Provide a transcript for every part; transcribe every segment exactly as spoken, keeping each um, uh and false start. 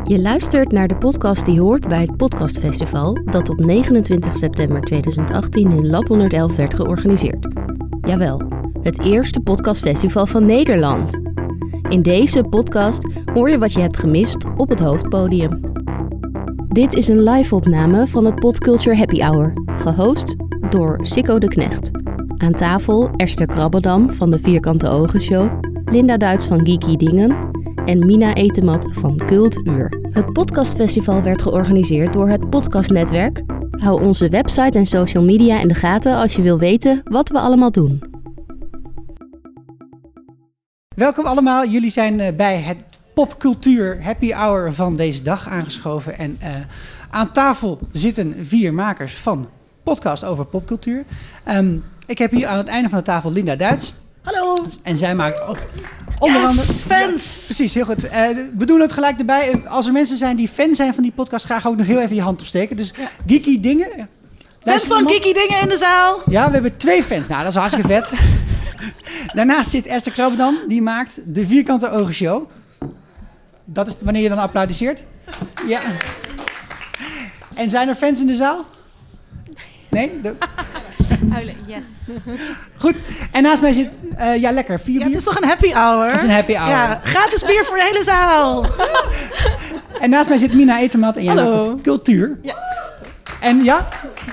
Je luistert naar de podcast die hoort bij het Podcastfestival dat op negenentwintig september tweeduizend achttien in Lab honderdelf werd georganiseerd. Jawel, het eerste podcastfestival van Nederland. In deze podcast hoor je wat je hebt gemist op het hoofdpodium. Dit is een live-opname van het Podculture Happy Hour, gehost door Sikko de Knecht. Aan tafel Esther Krabbedam van de Vierkante Ogen Show, Linda Duits van Geeky Dingen en Mina Etemat van Cultuur. Het podcastfestival werd georganiseerd door het Podcastnetwerk. Hou onze website en social media in de gaten als je wil weten wat we allemaal doen. Welkom allemaal, jullie zijn uh, bij het Popcultuur Happy Hour van deze dag aangeschoven. En uh, aan tafel zitten vier makers van podcast over popcultuur. Um, ik heb hier aan het einde van de tafel Linda Duits. Hallo. En zij maakt ook onder yes, andere... fans! Ja, precies, heel goed. Uh, we doen het gelijk erbij. Als er mensen zijn die fan zijn van die podcast, graag ook nog heel even je hand opsteken. Dus ja. Geeky Dingen. Fans van Geeky Dingen in de zaal. Ja, we hebben twee fans. Nou, dat is hartstikke vet. Daarnaast zit Esther Krabbedam, die maakt de Vierkante Ogen Show. Dat is wanneer je dan applaudisseert. Ja. En zijn er fans in de zaal? Nee? De... Huilen, yes. Goed. En naast mij zit... Uh, ja, lekker. Vier ja, bier. het is toch een happy hour? Het is een happy hour. Ja, gratis bier voor de hele zaal. En naast mij zit Mina Etemat en jij Hallo. maakt het Cultuur. Ja. En ja...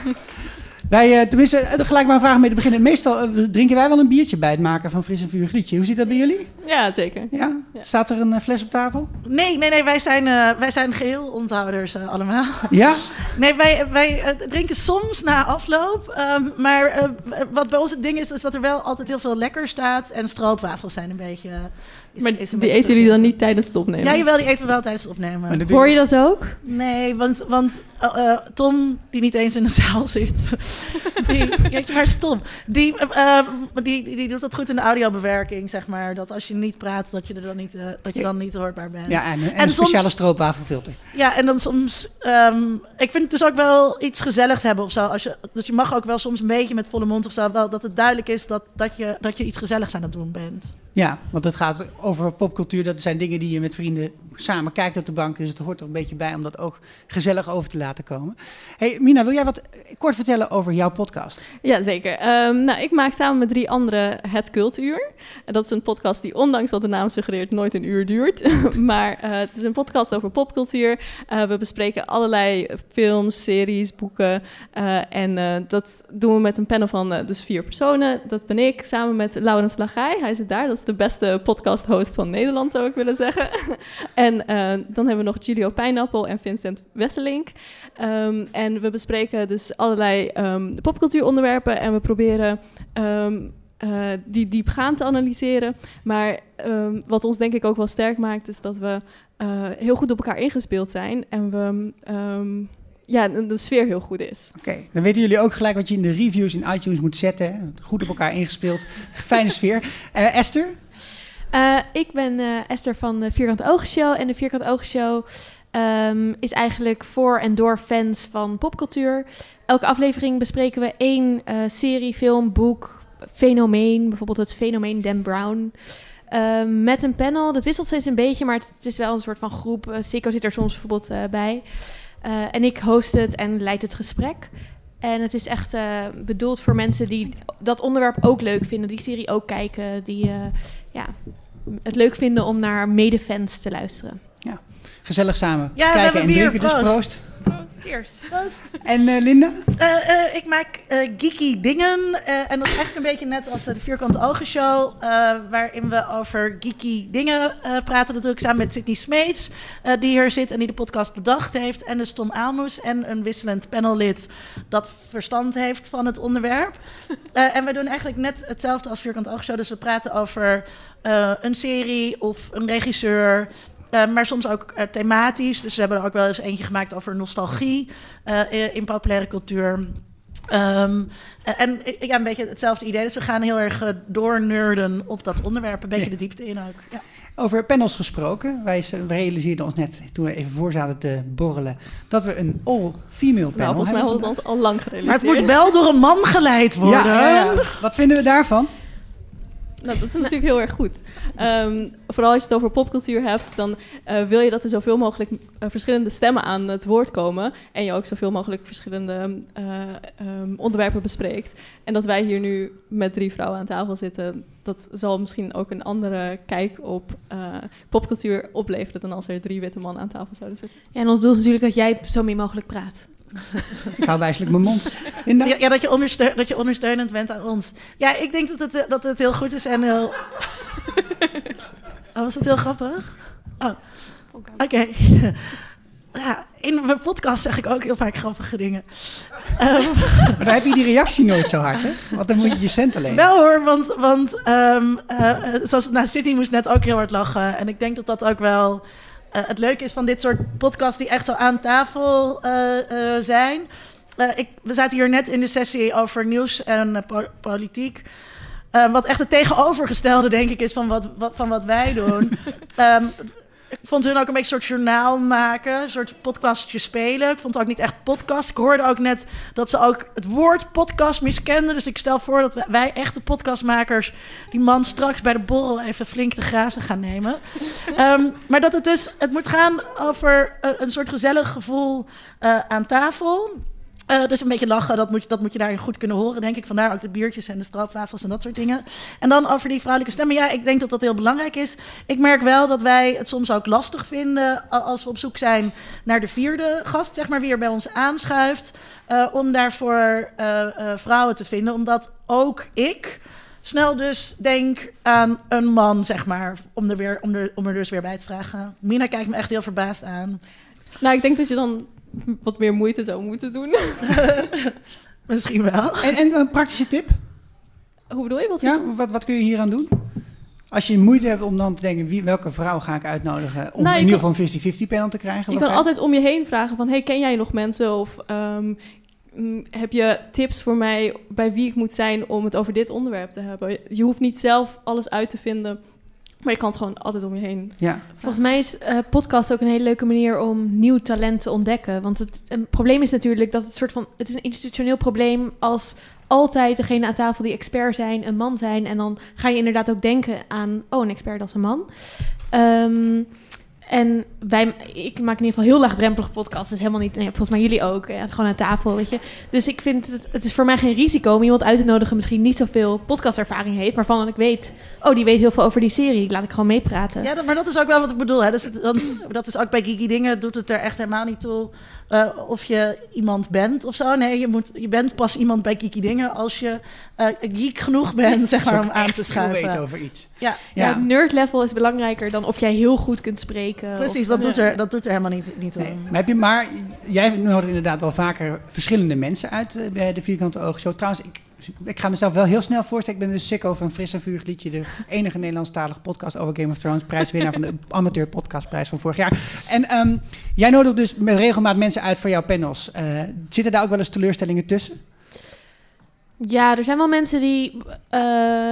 Wij, uh, tenminste, uh, gelijk maar een vraag mee te beginnen. Meestal uh, drinken wij wel een biertje bij het maken van Fris en Vuur Grietje. Hoe zit dat bij jullie? Ja, zeker. Ja? Ja. Staat er een uh, fles op tafel? Nee, nee, nee. Wij zijn, uh, wij zijn geheel onthouders uh, allemaal. Ja? Nee, wij, wij uh, drinken soms na afloop. Um, maar uh, wat bij ons het ding is, is dat er wel altijd heel veel lekker staat. En stroopwafels zijn een beetje... Uh, is, Maar is een die beetje eten jullie dan niet tijdens het opnemen? Ja, jawel, die eten we wel tijdens het opnemen. Hoor je dat ook? Nee, want, want uh, uh, Tom, die niet eens in de zaal zit... Die, jeetje, waar is Tom? Die, uh, die, die, die doet dat goed in de audiobewerking, zeg maar. Dat als je niet praat, dat je, er dan, niet, uh, dat je dan niet hoorbaar bent. Ja, en, en, en een speciale soms, stroopwafelfilter. Ja, en dan soms... Um, ik vind het dus ook wel iets gezelligs hebben of zo. Als je, dus je mag ook wel soms een beetje met volle mond of zo... Wel, dat het duidelijk is dat, dat, je, dat je iets gezelligs aan het doen bent. Ja, want het gaat over popcultuur. Dat zijn dingen die je met vrienden samen kijkt op de bank. Dus het hoort er een beetje bij om dat ook gezellig over te laten komen. Hey, Mina, wil jij wat kort vertellen over jouw podcast? Ja, zeker. Um, nou, ik maak samen met drie anderen Het Cultuur. En dat is een podcast die, ondanks wat de naam suggereert, nooit een uur duurt. maar uh, het is een podcast over popcultuur. Uh, we bespreken allerlei films, series, boeken. Uh, en uh, dat doen we met een panel van uh, dus vier personen. Dat ben ik, samen met Laurens Lagai. Hij zit daar, dat is de beste podcast-host van Nederland, zou ik willen zeggen. en uh, dan hebben we nog Giulio Pijnappel en Vincent Wesselink. Um, en we bespreken dus allerlei um, popcultuuronderwerpen en we proberen um, uh, die diepgaand te analyseren. Maar um, wat ons denk ik ook wel sterk maakt, is dat we uh, heel goed op elkaar ingespeeld zijn en we... Um, ja, de sfeer heel goed is. Oké, okay, dan weten jullie ook gelijk wat je in de reviews in iTunes moet zetten. Goed op elkaar ingespeeld. Fijne sfeer. Uh, Esther? Uh, ik ben uh, Esther van de Vierkante Ogen Show. En de Vierkante Ogen Show um, is eigenlijk voor en door fans van popcultuur. Elke aflevering bespreken we één uh, serie, film, boek, fenomeen. Bijvoorbeeld het fenomeen Dan Brown. Uh, met een panel. Dat wisselt steeds een beetje, maar het, het is wel een soort van groep. Uh, Sikko zit er soms bijvoorbeeld uh, bij. Uh, en ik host het en leid het gesprek. En het is echt uh, bedoeld voor mensen die dat onderwerp ook leuk vinden. Die serie ook kijken. Die uh, ja, het leuk vinden om naar medefans te luisteren. Ja, gezellig samen ja, kijken en bier, drinken. Dus proost. Proost. Cheers. Proost. En uh, Linda? Uh, uh, ik maak uh, Geeky Dingen. Uh, en dat is eigenlijk een beetje net als uh, de Vierkante Ogen Show. Uh, waarin we over geeky dingen uh, praten. Natuurlijk samen met Sydney Smeets. Uh, die hier zit en die de podcast bedacht heeft. En dus Tom Aalmoes. En een wisselend panellid dat verstand heeft van het onderwerp. Uh, en we doen eigenlijk net hetzelfde als Vierkante Ogen Show. Dus we praten over uh, een serie of een regisseur... Uh, maar soms ook uh, thematisch. Dus we hebben er ook wel eens eentje gemaakt over nostalgie uh, in populaire cultuur. Um, en ja, een beetje hetzelfde idee. Dus we gaan heel erg uh, doornerden op dat onderwerp. Een beetje ja. de diepte in ook. Ja. Over panels gesproken. Wij realiseerden ons net, toen we even voor zaten te borrelen, dat we een all-female panel nou, volgens mij hebben. hadden we het al, al lang gerealiseerd. Maar het moet wel door een man geleid worden. Ja, ja, ja. Wat vinden we daarvan? Nou, dat is natuurlijk heel erg goed. Um, vooral als je het over popcultuur hebt, dan uh, wil je dat er zoveel mogelijk uh, verschillende stemmen aan het woord komen. En je ook zoveel mogelijk verschillende uh, um, onderwerpen bespreekt. En dat wij hier nu met drie vrouwen aan tafel zitten, dat zal misschien ook een andere kijk op uh, popcultuur opleveren dan als er drie witte mannen aan tafel zouden zitten. Ja, en ons doel is natuurlijk dat jij zo min mogelijk praat. Ik hou wijselijk mijn mond. Ja, ja dat, je ondersteun, dat je ondersteunend bent aan ons. Ja, ik denk dat het, dat het heel goed is en heel... Oh, was dat heel grappig? Oh, oké. Okay. Ja, in mijn podcast zeg ik ook heel vaak grappige dingen. Um, maar dan heb je die reactie nooit zo hard, hè? Want dan moet je je cent alleen. Wel hoor, want, want um, uh, zoals nou, Sydney moest net ook heel hard lachen. En ik denk dat dat ook wel... Uh, het leuke is van dit soort podcasts die echt zo aan tafel uh, uh, zijn. Uh, ik, we zaten hier net in de sessie over nieuws en uh, po- politiek. Uh, wat echt het tegenovergestelde, denk ik, is van wat, wat, van wat wij doen. um, ik vond hun ook een beetje een soort journaal maken, een soort podcastje spelen. Ik vond het ook niet echt podcast. Ik hoorde ook net dat ze ook het woord podcast miskenden. Dus ik stel voor dat wij echte podcastmakers die man straks bij de borrel even flink te grazen gaan nemen. Um, maar dat het dus, het moet gaan over een, een soort gezellig gevoel uh, aan tafel. Uh, dus een beetje lachen, dat moet, je, dat moet je daarin goed kunnen horen, denk ik. Vandaar ook de biertjes en de stroopwafels en dat soort dingen. En dan over die vrouwelijke stemmen. Ja, ik denk dat dat heel belangrijk is. Ik merk wel dat wij het soms ook lastig vinden als we op zoek zijn naar de vierde gast, zeg maar, wie er bij ons aanschuift, uh, om daarvoor uh, uh, vrouwen te vinden. Omdat ook ik snel dus denk aan een man, zeg maar, om er, weer, om er, om er dus weer bij te vragen. Mina kijkt me echt heel verbaasd aan. Nou, ik denk dat je dan wat meer moeite zou moeten doen. Misschien wel. En, en een praktische tip? Hoe bedoel je? Wat, ja, wat, wat kun je hier aan doen? Als je moeite hebt om dan te denken, wie, welke vrouw ga ik uitnodigen om nou, in ieder geval een vijftig vijftig panel te krijgen? Je kan altijd om je heen vragen van, hey, ken jij nog mensen? Of um, heb je tips voor mij bij wie ik moet zijn om het over dit onderwerp te hebben? Je hoeft niet zelf alles uit te vinden, maar je kan het gewoon altijd om je heen. Ja. Volgens mij is uh, podcast ook een hele leuke manier om nieuw talent te ontdekken. Want het een probleem is natuurlijk dat het soort van, het is een institutioneel probleem als altijd degene aan tafel die expert zijn, een man zijn. En dan ga je inderdaad ook denken aan, oh, een expert als een man. Um, En wij, ik maak in ieder geval heel laagdrempelige podcasts. Dus helemaal niet, nee, volgens mij jullie ook. Ja, gewoon aan tafel, weet je. Dus ik vind het, het is voor mij geen risico om iemand uit te nodigen misschien niet zoveel podcastervaring heeft, maar van ik weet, oh, die weet heel veel over die serie. Laat ik gewoon meepraten. Ja, dat, maar dat is ook wel wat ik bedoel. Hè. Dus het, dat, dat is ook bij Geeky Dingen, doet het er echt helemaal niet toe uh, of je iemand bent of zo. Nee, je, moet, je bent pas iemand bij Geeky Dingen als je uh, geek genoeg bent, zeg maar, om aan te schuiven. Weet over iets. Ja, ja. ja, het nerd level is belangrijker dan of jij heel goed kunt spreken. Precies, of, dat, doet er, dat doet er helemaal niet, niet toe. Nee. Maar, heb je, maar jij nodigt inderdaad wel vaker verschillende mensen uit uh, bij de Vierkante Ogen Show. Trouwens, ik, ik ga mezelf wel heel snel voorstellen. Ik ben dus sicko van Fris en Vurig Liedje, de enige Nederlandstalige podcast over Game of Thrones, prijswinnaar van de amateur podcastprijs van vorig jaar. En um, jij nodigt dus met regelmaat mensen uit voor jouw panels. Uh, zitten daar ook wel eens teleurstellingen tussen? Ja, er zijn wel mensen die... Uh,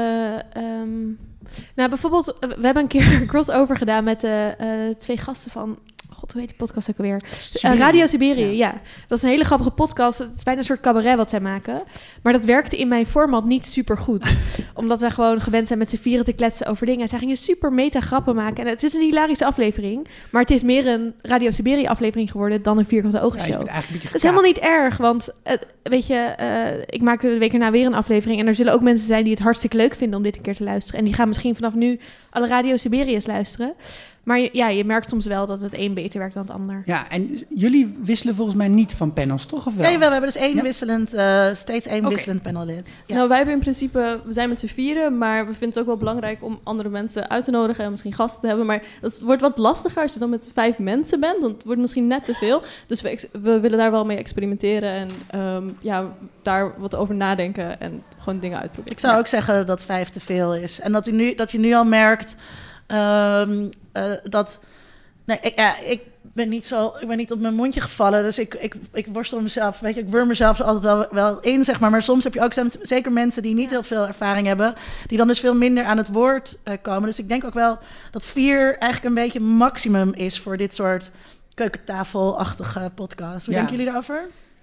um, nou, bijvoorbeeld, we hebben een keer een crossover gedaan met uh, uh, twee gasten van... God, hoe heet die podcast ook alweer? Uh, Radio Siberië, ja. ja. Dat is een hele grappige podcast. Het is bijna een soort cabaret wat zij maken. Maar dat werkte in mijn format niet super goed. Omdat wij gewoon gewend zijn met z'n vieren te kletsen over dingen. En zij gingen super meta-grappen maken. En het is een hilarische aflevering. Maar het is meer een Radio Siberië aflevering geworden dan een Vierkante Ogen Show. Ja, dat is helemaal niet erg. Want, uh, weet je, uh, ik maak de week erna weer een aflevering. En er zullen ook mensen zijn die het hartstikke leuk vinden om dit een keer te luisteren. En die gaan misschien vanaf nu alle Radio Siberië's luisteren. Maar ja, je merkt soms wel dat het een beter werkt dan het ander. Ja, en jullie wisselen volgens mij niet van panels, toch? Of wel? Nee, we hebben dus één ja? wisselend, uh, steeds één okay. wisselend panellid. Ja. Nou, wij hebben in principe, we zijn met z'n vieren, maar we vinden het ook wel belangrijk om andere mensen uit te nodigen en misschien gasten te hebben. Maar het wordt wat lastiger als je dan met vijf mensen bent, want het wordt misschien net te veel. Dus we, ex- we willen daar wel mee experimenteren en um, ja, daar wat over nadenken en gewoon dingen uitproberen. Ik zou ja. ook zeggen dat vijf te veel is. En dat, u nu, dat je nu al merkt... Um, uh, dat nee, ik, ja, ik ben niet zo, ik ben niet op mijn mondje gevallen, dus ik, ik, ik worstel mezelf, weet je, ik wurm mezelf altijd wel, wel in, zeg maar. Maar soms heb je ook zeker mensen die niet heel veel ervaring hebben, die dan dus veel minder aan het woord uh, komen. Dus ik denk ook wel dat vier eigenlijk een beetje maximum is voor dit soort keukentafelachtige podcast. Hoe ja. denken jullie daarover?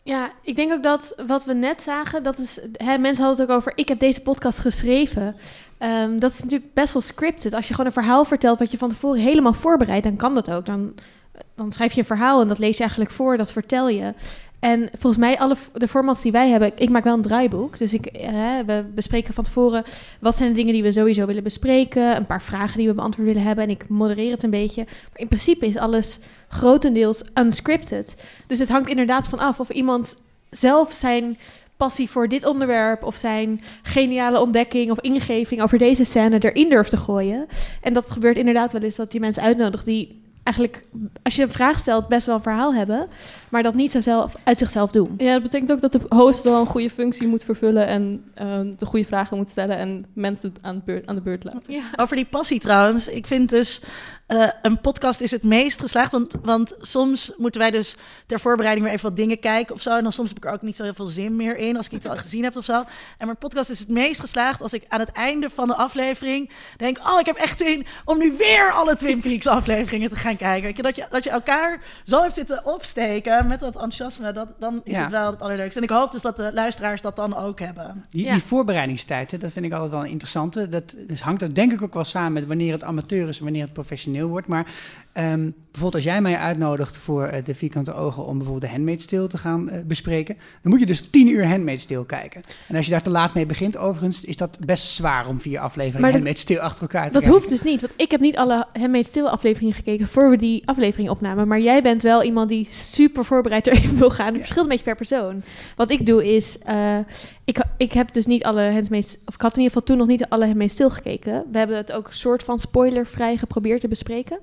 Ja, ik denk ook dat wat we net zagen, dat is, hè, mensen hadden het ook over, ik heb deze podcast geschreven. Um, dat is natuurlijk best wel scripted. Als je gewoon een verhaal vertelt wat je van tevoren helemaal voorbereidt, dan kan dat ook. Dan, dan schrijf je een verhaal en dat lees je eigenlijk voor, dat vertel je. En volgens mij, alle de formats die wij hebben, ik maak wel een draaiboek. Dus ik, hè, we bespreken van tevoren, wat zijn de dingen die we sowieso willen bespreken? Een paar vragen die we beantwoord willen hebben en ik modereer het een beetje. Maar in principe is alles grotendeels unscripted. Dus het hangt inderdaad van af of iemand zelf zijn passie voor dit onderwerp of zijn geniale ontdekking of ingeving over deze scène erin durft te gooien. En dat gebeurt inderdaad wel eens dat je mensen uitnodigt die eigenlijk, als je een vraag stelt, best wel een verhaal hebben, maar dat niet zo zelf uit zichzelf doen. Ja, dat betekent ook dat de host wel een goede functie moet vervullen en uh, de goede vragen moet stellen en mensen aan de beurt, aan de beurt laten. Ja. Over die passie trouwens. Ik vind dus, uh, een podcast is het meest geslaagd, want, want soms moeten wij dus ter voorbereiding weer even wat dingen kijken of zo, en dan soms heb ik er ook niet zo heel veel zin meer in, als ik iets al gezien heb of zo. En mijn podcast is het meest geslaagd als ik aan het einde van de aflevering denk, oh, ik heb echt zin om nu weer alle Twin Peaks afleveringen te gaan kijken. Weet je, dat je, dat je elkaar zo heeft zitten opsteken met dat enthousiasme, dat, dan is Ja. het wel het allerleukste. En ik hoop dus dat de luisteraars dat dan ook hebben. Die, Ja. die voorbereidingstijd, hè, dat vind ik altijd wel een interessante. Dat dus hangt ook denk ik ook wel samen met wanneer het amateur is en wanneer het professioneel wordt. Maar um, bijvoorbeeld als jij mij uitnodigt voor uh, de Vierkante Ogen om bijvoorbeeld de Handmaid's Tale te gaan uh, bespreken, dan moet je dus tien uur Handmaid's Tale kijken. En als je daar te laat mee begint, overigens, is dat best zwaar om vier afleveringen Maar dat- Handmaid's Tale achter elkaar te Dat kijken. hoeft dus niet, want ik heb niet alle Handmaid's Tale afleveringen gekeken voor we die aflevering opnamen. Maar jij bent wel iemand die super voorbereid erin wil gaan. Het Ja. verschilt een beetje per persoon. Wat ik doe is, uh, ik, ik heb dus niet alle Handmaid's, of ik had in ieder geval toen nog niet alle Handmaid's Tale gekeken. We hebben het ook een soort van spoilervrij geprobeerd te bespreken.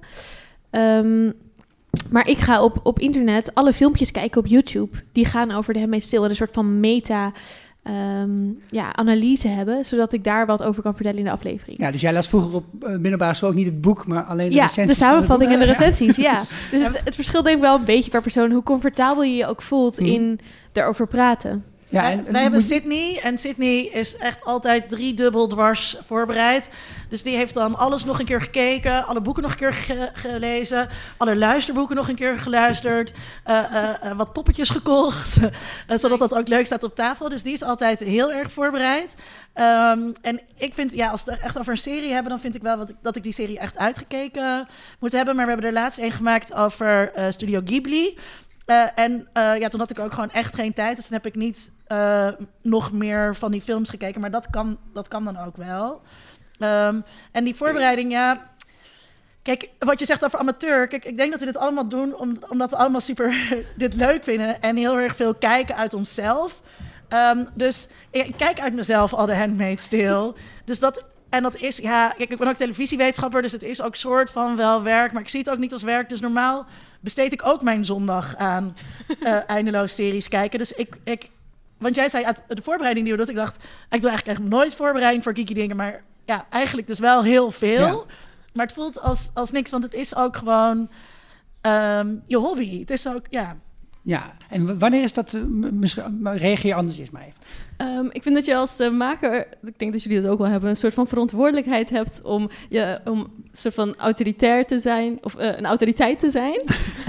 Um, maar ik ga op, op internet alle filmpjes kijken op YouTube. Die gaan over de Handmaid's Tale en een soort van meta um, ja, analyse hebben, zodat ik daar wat over kan vertellen in de aflevering. Ja, dus jij las vroeger op uh, middelbare school ook niet het boek, maar alleen de Ja, recensies. de samenvatting en van de het boek. recensies, ja. Dus het, het verschilt denk ik wel een beetje per persoon hoe comfortabel je je ook voelt Mhm. in erover praten. Ja, wij, en, en wij hebben moet je- Sydney en Sydney is echt altijd driedubbel dwars voorbereid. Dus die heeft dan alles nog een keer gekeken, alle boeken nog een keer ge- gelezen, alle luisterboeken nog een keer geluisterd, uh, uh, uh, wat poppetjes gekocht, uh, zodat dat ook leuk staat op tafel. Dus die is altijd heel erg voorbereid. Um, en ik vind, ja, als we het echt over een serie hebben, dan vind ik wel wat ik, dat ik die serie echt uitgekeken moet hebben. Maar we hebben er laatst een gemaakt over uh, Studio Ghibli. Uh, en uh, ja, toen had ik ook gewoon echt geen tijd. Dus toen heb ik niet uh, nog meer van die films gekeken. Maar dat kan, dat kan dan ook wel. Um, en die voorbereiding, ja. Kijk, wat je zegt over amateur. Kijk, ik denk dat we dit allemaal doen om, omdat we allemaal super dit leuk vinden. En heel erg veel kijken uit onszelf. Um, dus ik kijk uit mezelf al de Handmaid's Tale. Dus dat... En dat is, ja, kijk, ik ben ook televisiewetenschapper, dus het is ook soort van wel werk, maar ik zie het ook niet als werk. Dus normaal besteed ik ook mijn zondag aan uh, eindeloos series kijken. Dus ik, ik, want jij zei, uit de voorbereiding die we doen, ik dacht, ik doe eigenlijk echt nooit voorbereiding voor geeky dingen, maar ja, eigenlijk dus wel heel veel. Ja. Maar het voelt als, als niks, want het is ook gewoon um, je hobby. Het is ook, ja... Ja, en w- wanneer is dat, uh, m- misschien, maar reageer anders eerst maar even. Um, ik vind dat je als uh, maker, ik denk dat jullie dat ook wel hebben, een soort van verantwoordelijkheid hebt om, je, om een soort van autoritair te zijn, of uh, een autoriteit te zijn.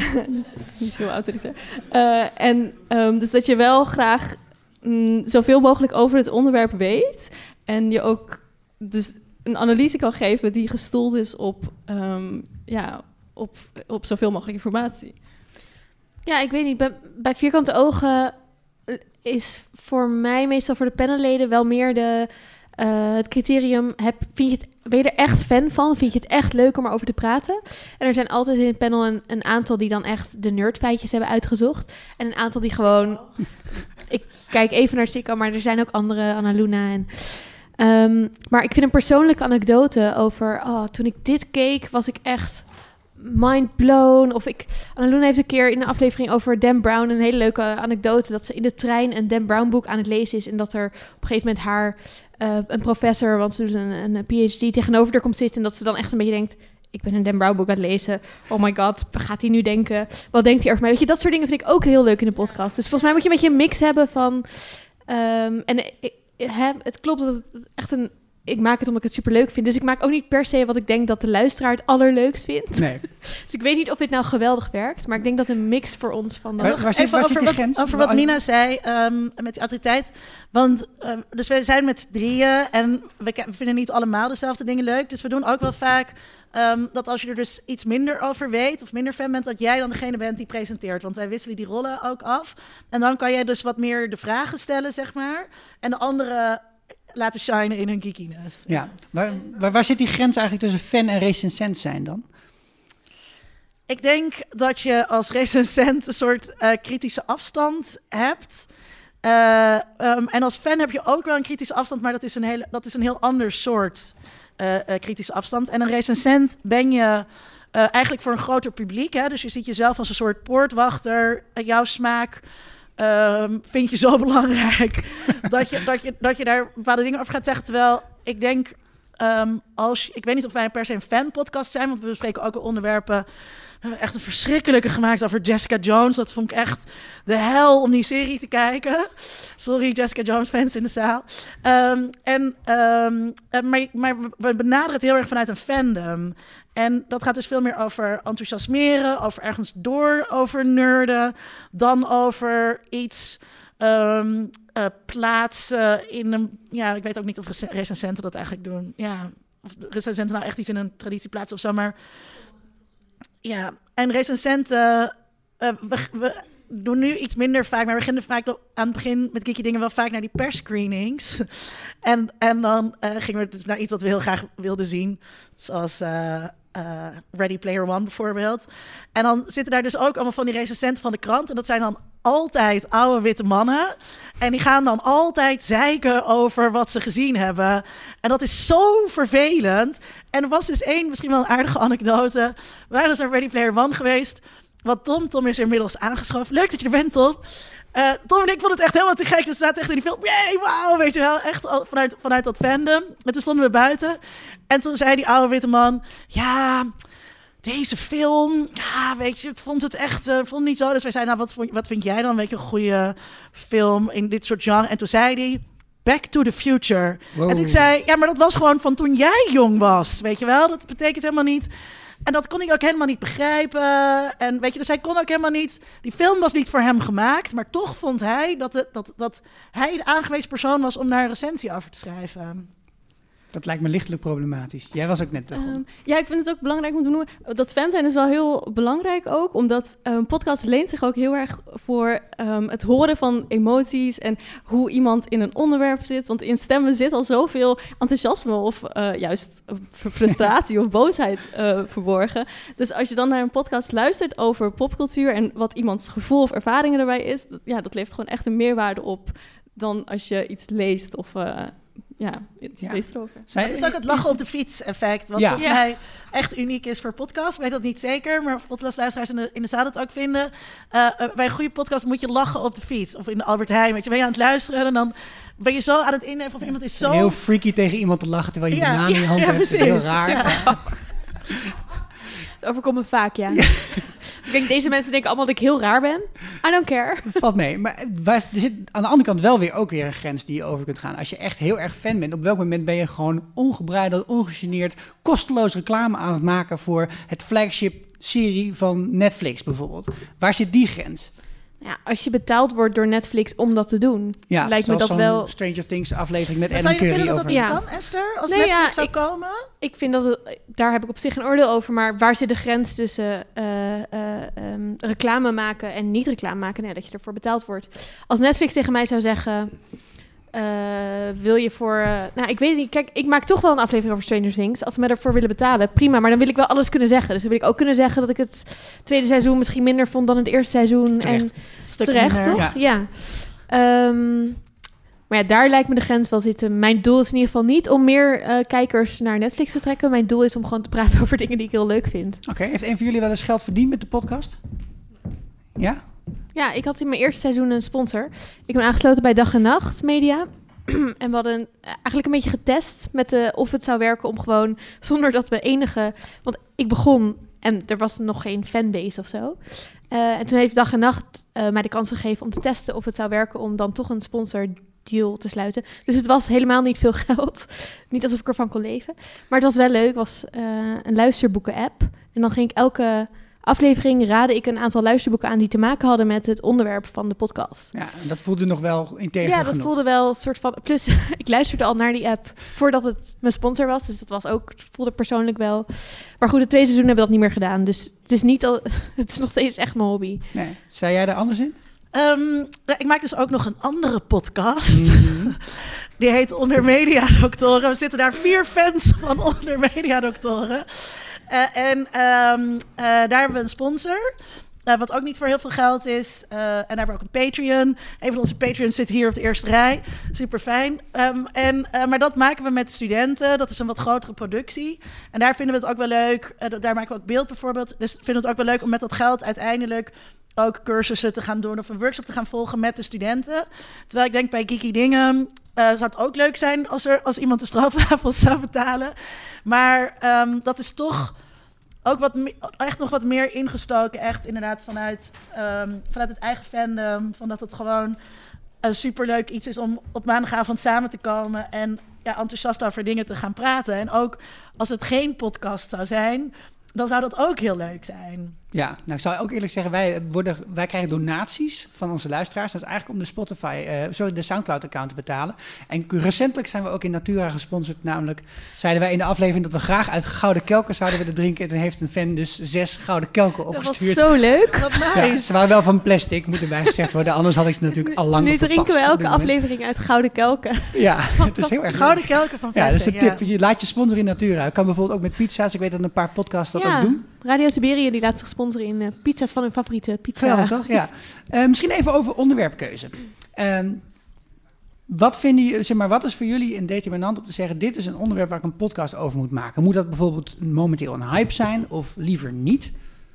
Niet heel autoritair. Uh, en um, dus dat je wel graag mm, zoveel mogelijk over het onderwerp weet en je ook dus een analyse kan geven die gestoeld is op, um, ja, op, op zoveel mogelijk informatie. Ja, ik weet niet. Bij, bij Vierkante Ogen is voor mij, meestal voor de panelleden, wel meer de, uh, het criterium, heb, vind je het, ben je er echt fan van? Vind je het echt leuk om erover te praten? En er zijn altijd in het panel een, een aantal die dan echt de nerdfeitjes hebben uitgezocht. En een aantal die gewoon... Ik kijk even naar Sikko, maar er zijn ook andere, Annaluna en... Um, maar ik vind een persoonlijke anekdote over... Oh, toen ik dit keek, was ik echt... mind blown. Of ik... Annaluna heeft een keer in een aflevering over Dan Brown een hele leuke anekdote dat ze in de trein een Dan Brown boek aan het lezen is en dat er op een gegeven moment haar uh, een professor, want ze doet een, een P H D, tegenover haar komt zitten en dat ze dan echt een beetje denkt, ik ben een Dan Brown boek aan het lezen. Oh my god, gaat hij nu denken? Wat denkt hij over mij? Weet je, dat soort dingen vind ik ook heel leuk in de podcast. Dus volgens mij moet je een beetje een mix hebben van... Um, en ik, He, het klopt dat het echt een ik maak het omdat ik het superleuk vind. Dus ik maak ook niet per se wat ik denk dat de luisteraar het allerleukst vindt. Nee. Dus ik weet niet of dit nou geweldig werkt. Maar ik denk dat een mix voor ons van... De... Waar, waar zit, Even waar zit over, die wat, grens? over wat Nina zei um, met die autoriteit. Want uh, dus we zijn met z'n drieën en we, k- we vinden niet allemaal dezelfde dingen leuk. Dus we doen ook wel vaak um, dat als je er dus iets minder over weet of minder fan bent, dat jij dan degene bent die presenteert. Want wij wisselen die rollen ook af. En dan kan jij dus wat meer de vragen stellen, zeg maar. En de anderen laten shinen in hun geekiness. Ja, waar, waar, waar zit die grens eigenlijk tussen fan en recensent zijn dan? Ik denk dat je als recensent een soort uh, kritische afstand hebt. Uh, um, en als fan heb je ook wel een kritische afstand, maar dat is een, hele, dat is een heel ander soort uh, uh, kritische afstand. En een recensent ben je uh, eigenlijk voor een groter publiek. Hè? Dus je ziet jezelf als een soort poortwachter. Uh, jouw smaak um, vind je zo belangrijk dat, je, dat, je, dat je daar bepaalde dingen over gaat zeggen. Terwijl ik denk, um, als, ik weet niet of wij per se een fanpodcast zijn, want we bespreken ook wel onderwerpen. We hebben echt een verschrikkelijke gemaakt over Jessica Jones. Dat vond ik echt de hel om die serie te kijken. Sorry, Jessica Jones fans in de zaal. Um, en, um, uh, maar, maar we benaderen het heel erg vanuit een fandom. En dat gaat dus veel meer over enthousiasmeren, over ergens door, over nerden, dan over iets um, uh, plaatsen in een... Ja, ik weet ook niet of rec- recensenten dat eigenlijk doen. Ja, of recensenten nou echt iets in een traditie plaatsen of zo, maar... Ja, en recensenten, uh, we, we doen nu iets minder vaak, maar we beginnen vaak aan het begin met Geeky Dingen wel vaak naar die persscreenings. en, en dan uh, gingen we dus naar iets wat we heel graag wilden zien, zoals uh, uh, Ready Player One bijvoorbeeld. En dan zitten daar dus ook allemaal van die recensenten van de krant en dat zijn dan altijd oude witte mannen. En die gaan dan altijd zeiken over wat ze gezien hebben. En dat is zo vervelend. En er was dus één, misschien wel een aardige anekdote. We waren dus naar Ready Player One geweest. Wat Tom, Tom is inmiddels aangeschoven. Leuk dat je er bent, Tom. Uh, Tom en ik vonden het echt helemaal te gek. We zaten echt in die film. Yay, wauw, weet je wel. Echt al, vanuit, vanuit dat fandom. En toen stonden we buiten. En toen zei die oude witte man... Ja... Deze film, ja, weet je, ik vond het echt, uh, vond het niet zo. Dus wij zeiden, nou, wat, vond, wat vind jij dan, weet je, een goede film in dit soort genre? En toen zei hij, Back to the Future. Wow. En ik zei, ja, maar dat was gewoon van toen jij jong was, weet je wel? Dat betekent helemaal niet... En dat kon ik ook helemaal niet begrijpen. En weet je, dus hij kon ook helemaal niet... Die film was niet voor hem gemaakt, maar toch vond hij dat, het, dat, dat hij de aangewezen persoon was om daar een recensie over te schrijven. Dat lijkt me lichtelijk problematisch. Jij was ook net begonnen. Um, ja, ik vind het ook belangrijk om te noemen. Dat fan zijn is wel heel belangrijk ook. Omdat een um, podcast leent zich ook heel erg voor um, het horen van emoties. En hoe iemand in een onderwerp zit. Want in stemmen zit al zoveel enthousiasme of uh, juist frustratie of boosheid uh, verborgen. Dus als je dan naar een podcast luistert over popcultuur en wat iemands gevoel of ervaringen erbij is. Dat, ja, dat levert gewoon echt een meerwaarde op dan als je iets leest of... Uh, Ja, iets ja. leest erover. Zij, het is ook het lachen op de fiets effect. Wat ja. volgens ja. mij echt uniek is voor podcast. Ik weet dat niet zeker, maar podcastluisteraars in de, in de zaal het ook vinden. Uh, uh, bij een goede podcast moet je lachen op de fiets. Of in de Albert Heijn. Weet je, ben je aan het luisteren en dan ben je zo aan het innemen. Of iemand is zo... Heel freaky tegen iemand te lachen terwijl je ja. banaan in je hand ja, hebt. Precies. Heel raar. Ja. Dat overkomt me vaak, ja. ja. Ik denk, deze mensen denken allemaal dat ik heel raar ben. I don't care. Valt mee. Maar er zit aan de andere kant wel weer ook weer een grens die je over kunt gaan. Als je echt heel erg fan bent, op welk moment ben je gewoon ongebreideld, ongegeneerd, kosteloos reclame aan het maken voor het flagship serie van Netflix bijvoorbeeld? Waar zit die grens? Ja, als je betaald wordt door Netflix om dat te doen, ja, lijkt me dat wel... Stranger Things aflevering met maar Adam Curry over. Zou je vinden dat over. dat niet ja. kan, Esther? Als nee, Netflix ja, zou ik, komen? Ik vind dat het, daar heb ik op zich geen oordeel over, maar waar zit de grens tussen uh, uh, um, reclame maken en niet reclame maken? Nee, dat je ervoor betaald wordt. Als Netflix tegen mij zou zeggen... Uh, wil je voor... Uh, nou, ik weet het niet. Kijk, ik maak toch wel een aflevering over Stranger Things. Als ze me ervoor willen betalen, prima. Maar dan wil ik wel alles kunnen zeggen. Dus dan wil ik ook kunnen zeggen dat ik het tweede seizoen misschien minder vond dan het eerste seizoen. Terecht. En Stuk terecht, minder. toch? Ja. ja. Um, maar ja, daar lijkt me de grens wel zitten. Mijn doel is in ieder geval niet om meer uh, kijkers naar Netflix te trekken. Mijn doel is om gewoon te praten over dingen die ik heel leuk vind. Oké, okay. Heeft een van jullie wel eens geld verdiend met de podcast? Ja? Ja, ik had in mijn eerste seizoen een sponsor. Ik ben aangesloten bij Dag en Nacht Media. En we hadden eigenlijk een beetje getest met de, of het zou werken om gewoon... zonder dat we enige... Want ik begon en er was nog geen fanbase of zo. Uh, en toen heeft Dag en Nacht uh, mij de kans gegeven om te testen of het zou werken... om dan toch een sponsor deal te sluiten. Dus het was helemaal niet veel geld. Niet alsof ik ervan kon leven. Maar het was wel leuk. Het was uh, een luisterboeken-app. En dan ging ik elke aflevering raadde ik een aantal luisterboeken aan die te maken hadden met het onderwerp van de podcast. Ja, en dat voelde nog wel integer Ja, dat genoeg. voelde wel een soort van... Plus, ik luisterde al naar die app voordat het mijn sponsor was. Dus dat was ook, het voelde persoonlijk wel. Maar goed, de twee seizoenen hebben we dat niet meer gedaan. Dus het is niet al, het is nog steeds echt mijn hobby. Nee. Zei jij daar anders in? Um, ik maak dus ook nog een andere podcast. Mm-hmm. Die heet Onder Media Doctoren. We zitten daar vier fans van Onder Media Doctoren. Uh, en um, uh, daar hebben we een sponsor. Uh, wat ook niet voor heel veel geld is. Uh, en daar hebben we ook een Patreon. Een van onze Patreons zit hier op de eerste rij. Super fijn. Um, en, uh, maar dat maken we met studenten. Dat is een wat grotere productie. En daar vinden we het ook wel leuk. Uh, daar maken we ook beeld bijvoorbeeld. Dus vinden we het ook wel leuk om met dat geld uiteindelijk ook cursussen te gaan doen of een workshop te gaan volgen met de studenten. Terwijl ik denk bij Geeky Dingen uh, zou het ook leuk zijn als er als iemand de stroopwafels zou betalen. Maar um, dat is toch ook wat me- echt nog wat meer ingestoken, echt inderdaad vanuit, um, vanuit het eigen fandom, van dat het gewoon een superleuk iets is om op maandagavond samen te komen en ja, enthousiast over dingen te gaan praten. En ook als het geen podcast zou zijn, dan zou dat ook heel leuk zijn. Ja, nou ik zou ook eerlijk zeggen, wij, worden, wij krijgen donaties van onze luisteraars. Dat is eigenlijk om de Spotify, uh, sorry, de Soundcloud-account te betalen. En recentelijk zijn we ook in Natura gesponsord. Namelijk zeiden wij in de aflevering dat we graag uit gouden kelken zouden willen drinken. En toen heeft een fan dus zes gouden kelken opgestuurd. Dat was zo leuk. Wat nice. Ja, ze waren wel van plastic, moet erbij gezegd worden. Anders had ik ze natuurlijk al lang Nu verpast. drinken we elke aflevering uit gouden kelken. Ja, het is heel erg Gouden kelken van Ja, dat plastic. is een tip. Je laat je sponsoren in Natura. Kan bijvoorbeeld ook met pizza's. Ik weet dat een paar podcasts dat Ja. ook doen. Radio Siberië die laat zich sponsoren in uh, pizza's van hun favoriete pizza. Geweldig, toch? Ja. Uh, misschien even over onderwerpkeuze. Uh, wat vinden jullie, zeg maar, wat is voor jullie een determinant om te zeggen, dit is een onderwerp waar ik een podcast over moet maken? Moet dat bijvoorbeeld momenteel een hype zijn of liever niet?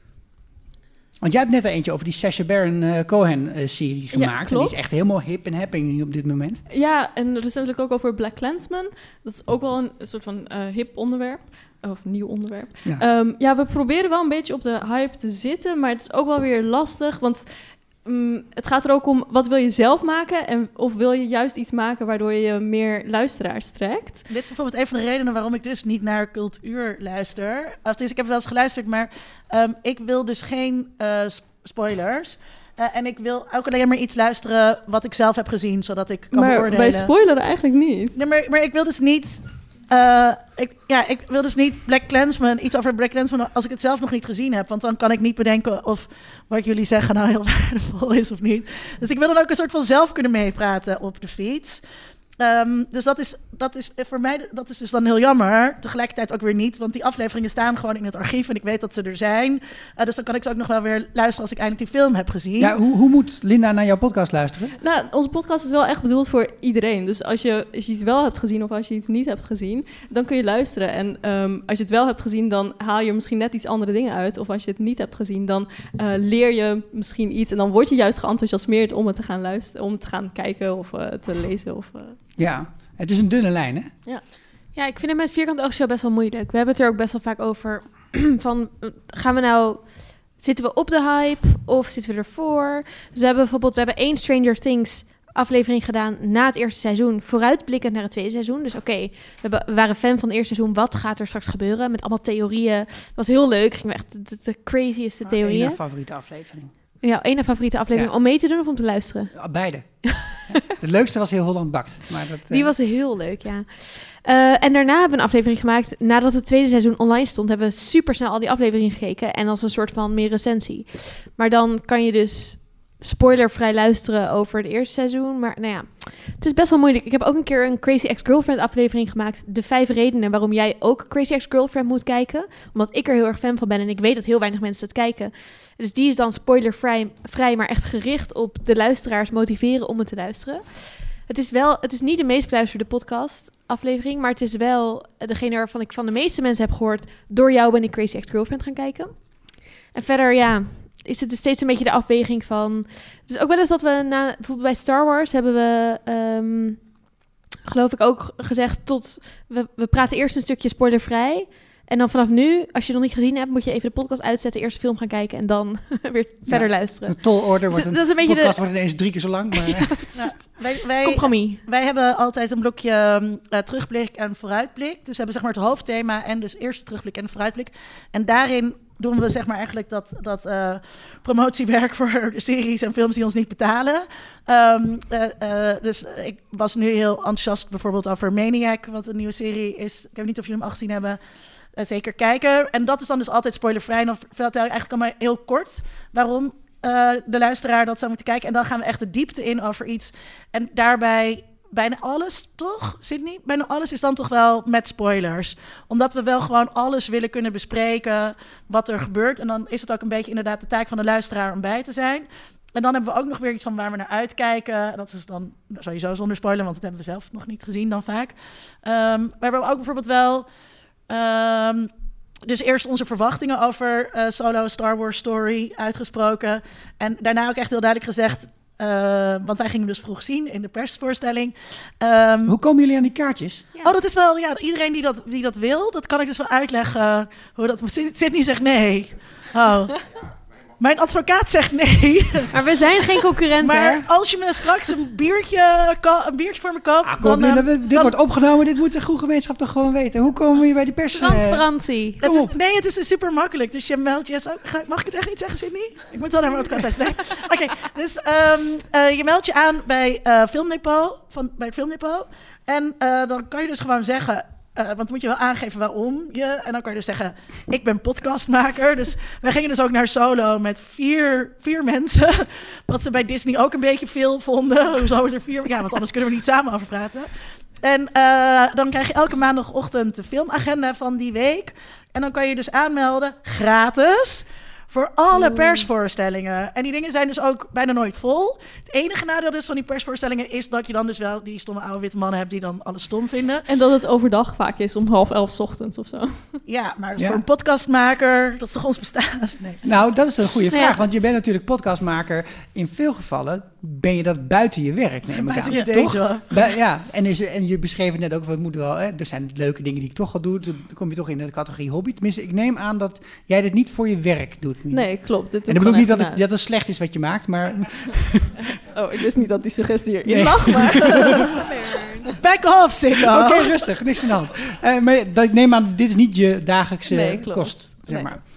Want jij hebt net er eentje over die Sacha Baron uh, Cohen-serie uh, gemaakt. Ja, en die is echt helemaal hip en happening op dit moment. Ja, en recentelijk ook over Black Klansman. Dat is ook wel een, een soort van uh, hip onderwerp. Of nieuw onderwerp. Ja. Um, ja, we proberen wel een beetje op de hype te zitten. Maar het is ook wel weer lastig. Want um, het gaat er ook om, wat wil je zelf maken? En, of wil je juist iets maken waardoor je meer luisteraars trekt? Dit is bijvoorbeeld een van de redenen waarom ik dus niet naar Cultuur luister. Of dus ik heb wel eens geluisterd, maar um, ik wil dus geen uh, spoilers. Uh, en ik wil ook alleen maar iets luisteren wat ik zelf heb gezien, zodat ik kan maar beoordelen. Wij spoileren eigenlijk niet. Nee, maar, maar ik wil dus niet... Uh, ik, ja, ik wil dus niet Black Klansman, iets over Black Klansman als ik het zelf nog niet gezien heb. Want dan kan ik niet bedenken of wat jullie zeggen nou heel waardevol is of niet. Dus ik wil dan ook een soort van zelf kunnen meepraten op de fiets. Um, dus dat is, dat is voor mij, dat is dus dan heel jammer. Tegelijkertijd ook weer niet, want die afleveringen staan gewoon in het archief en ik weet dat ze er zijn. Uh, dus dan kan ik ze ook nog wel weer luisteren als ik eindelijk die film heb gezien. Ja, hoe, hoe moet Linda naar jouw podcast luisteren? Nou, onze podcast is wel echt bedoeld voor iedereen. Dus als je, als je iets wel hebt gezien of als je iets niet hebt gezien, dan kun je luisteren. En um, als je het wel hebt gezien, dan haal je misschien net iets andere dingen uit. Of als je het niet hebt gezien, dan uh, leer je misschien iets. En dan word je juist geenthousiasmeerd om het te gaan luisteren, om het te gaan kijken of uh, te lezen. Of, uh... Ja, het is een dunne lijn, hè? Ja. Ja, ik vind het met Vierkante Oogshow best wel moeilijk. We hebben het er ook best wel vaak over. Van, gaan we nou... Zitten we op de hype of zitten we ervoor? Dus we hebben bijvoorbeeld... We hebben één Stranger Things aflevering gedaan na het eerste seizoen. Vooruitblikkend naar het tweede seizoen. Dus oké, okay, we, we waren fan van het eerste seizoen. Wat gaat er straks gebeuren? Met allemaal theorieën. Het was heel leuk. Gingen we echt de, de crazieste Oh, theorieën. Eén favoriete aflevering. Ja, één favoriete aflevering. Ja. Om mee te doen of om te luisteren? Ja, beide. Ja. Het leukste was Heel Holland Bakt. Maar dat, Die uh... was heel leuk, ja. Uh, en daarna hebben we een aflevering gemaakt. Nadat het tweede seizoen online stond, hebben we super snel al die afleveringen gekeken. En als een soort van meer recensie. Maar dan kan je dus spoilervrij luisteren over het eerste seizoen. Maar nou ja, het is best wel moeilijk. Ik heb ook een keer een Crazy Ex-Girlfriend aflevering gemaakt. De vijf redenen waarom jij ook Crazy Ex-Girlfriend moet kijken. Omdat ik er heel erg fan van ben en ik weet dat heel weinig mensen het kijken. Dus die is dan spoilervrij, vrij, maar echt gericht op de luisteraars motiveren om het te luisteren. Het is wel, het is niet de meest beluisterde podcast aflevering, maar het is wel degene waarvan ik van de meeste mensen heb gehoord. Door jou ben ik Crazy Ex-Girlfriend gaan kijken. En verder, ja, is het dus steeds een beetje de afweging van... Het is ook wel eens dat we, na, bijvoorbeeld bij Star Wars hebben we, um, geloof ik ook gezegd tot... We, we praten eerst een stukje spoilervrij En dan vanaf nu, als je het nog niet gezien hebt, moet je even de podcast uitzetten, eerst de film gaan kijken en dan weer verder luisteren. Een tall order wordt Dus een, dat is een beetje podcast de- wordt ineens drie keer zo lang. Maar, Ja, Nou, wij, wij, compromis. wij hebben altijd een blokje uh, terugblik en vooruitblik. Dus we hebben zeg maar het hoofdthema en dus eerst de terugblik en de vooruitblik. En daarin doen we zeg maar eigenlijk dat, dat uh, promotiewerk voor series en films die ons niet betalen. Um, uh, uh, dus ik was nu heel enthousiast bijvoorbeeld over Maniac, wat een nieuwe serie is. Ik weet niet of jullie hem al gezien hebben. Uh, zeker kijken. En dat is dan dus altijd spoilervrij. En dan vertel ik eigenlijk al maar heel kort waarom uh, de luisteraar dat zou moeten kijken. En dan gaan we echt de diepte in over iets. En daarbij bijna alles, toch, Sydney? Bijna alles is dan toch wel met spoilers. Omdat we wel gewoon alles willen kunnen bespreken wat er gebeurt. En dan is het ook een beetje inderdaad de taak van de luisteraar om bij te zijn. En dan hebben we ook nog weer iets van waar we naar uitkijken. Dat is dan sowieso zonder spoiler, want dat hebben we zelf nog niet gezien dan vaak. Um, we hebben ook bijvoorbeeld wel... Um, dus eerst onze verwachtingen over uh, Solo Star Wars Story uitgesproken. En daarna ook echt heel duidelijk gezegd... Uh, want wij gingen dus vroeg zien in de persvoorstelling. Um, hoe komen jullie aan die kaartjes? Ja. Oh, dat is wel... Ja, iedereen die dat, die dat wil, dat kan ik dus wel uitleggen. Hoe dat, Sydney zegt nee. Oh. Mijn advocaat zegt nee. Maar we zijn geen concurrenten. Maar als je me straks een biertje, een biertje voor me koopt... Ah, kom, dan, nu, uh, dat, dit dan, wordt opgenomen, dit moet de goede gemeenschap toch gewoon weten. Hoe komen we hier bij die pers? Transparantie. Het Kom is, op. nee, het is dus super makkelijk. Dus je meldt je... Mag ik het echt niet zeggen, Sydney? Ik moet wel naar mijn advocaat luisteren. Nee. Oké, okay, dus um, uh, je meldt je aan bij uh, Filmdepot, van, bij het Filmdepot. En uh, dan kan je dus gewoon zeggen... Uh, want dan moet je wel aangeven waarom je... En dan kan je dus zeggen, ik ben podcastmaker. Dus wij gingen dus ook naar Solo met vier, vier mensen. Wat ze bij Disney ook een beetje veel vonden. Hoezo is er vier? Ja, want anders kunnen we niet samen over praten. En uh, dan krijg je elke maandagochtend de filmagenda van die week. En dan kan je dus aanmelden, gratis... voor alle persvoorstellingen. En die dingen zijn dus ook bijna nooit vol. Het enige nadeel dus van die persvoorstellingen is dat je dan dus wel die stomme oude witte mannen hebt die dan alles stom vinden. En dat het overdag vaak is om half elf 's ochtends of zo. Ja, maar dus Ja. voor een podcastmaker, dat is toch ons bestaan? Nee. Nou, dat is een goede Nou vraag. ja, Want je het- bent natuurlijk podcastmaker. In veel gevallen ben je dat buiten je werk, neem ik Buiten aan. je Toch? dayjob. Bij- ja, en, is, en je beschreef het net ook, we moeten wel, hè, er zijn leuke dingen die ik toch al doe. Dan kom je toch in de categorie hobby. Tenminste, ik neem aan dat jij dit niet voor je werk doet. Nu. Nee, klopt. Dit doe En ik dat bedoel ik niet gewoon dat echt het, dat het slecht is wat je maakt, maar ernaast. Oh, ik wist niet dat die suggestie hierin Nee. lag, maar... Back off, Sikko. oké, rustig, niks aan de hand. Uh, maar dat, ik neem aan, dit is niet je dagelijkse Nee, klopt. kost, zeg Nee. maar.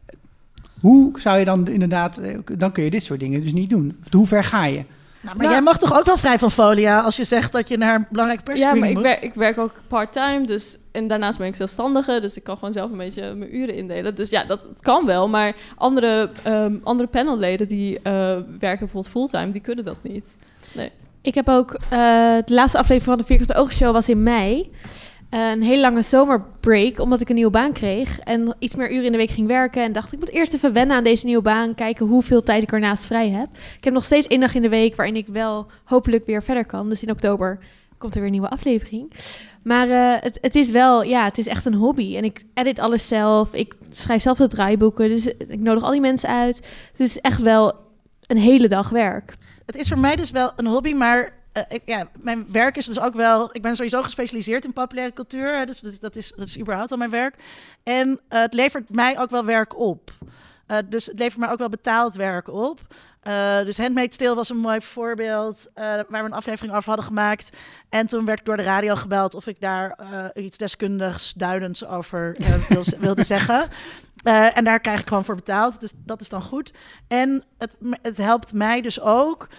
Hoe zou je dan inderdaad, eh, dan kun je dit soort dingen dus niet doen. Hoe ver ga je? Nou, maar Nou, jij mag toch ook wel vrij van Folia als je zegt dat je naar een belangrijke Ja, maar persscreening ik moet? werk, ik werk ook part-time, dus en daarnaast ben ik zelfstandige, dus ik kan gewoon zelf een beetje mijn uren indelen. Dus ja, dat, dat kan wel, maar andere, um, andere panelleden die uh, werken bijvoorbeeld fulltime, die kunnen dat niet. Nee. Ik heb ook... Uh, de laatste aflevering van de Vierkante Oogshow was in mei. Uh, een hele lange zomerbreak, omdat ik een nieuwe baan kreeg. En iets meer uren in de week ging werken. En dacht, ik moet eerst even wennen aan deze nieuwe baan. Kijken hoeveel tijd ik ernaast vrij heb. Ik heb nog steeds één dag in de week waarin ik wel hopelijk weer verder kan. Dus in oktober komt er weer een nieuwe aflevering. Maar uh, het, het is wel, ja, het is echt een hobby. En ik edit alles zelf. Ik schrijf zelf de draaiboeken. Dus ik nodig al die mensen uit. Het is echt wel een hele dag werk. Het is voor mij dus wel een hobby, maar uh, ik, ja, mijn werk is dus ook wel... Ik ben sowieso gespecialiseerd in populaire cultuur, hè, dus dat, dat, is, dat is überhaupt al mijn werk. En uh, het levert mij ook wel werk op. Uh, dus het levert mij ook wel betaald werk op. Uh, dus Handmaid's Tale was een mooi voorbeeld uh, waar we een aflevering over hadden gemaakt. En toen werd ik door de radio gebeld of ik daar uh, iets deskundigs, duidends over uh, wil, wilde zeggen. Uh, en daar krijg ik gewoon voor betaald. Dus dat is dan goed. En het, het helpt mij dus ook...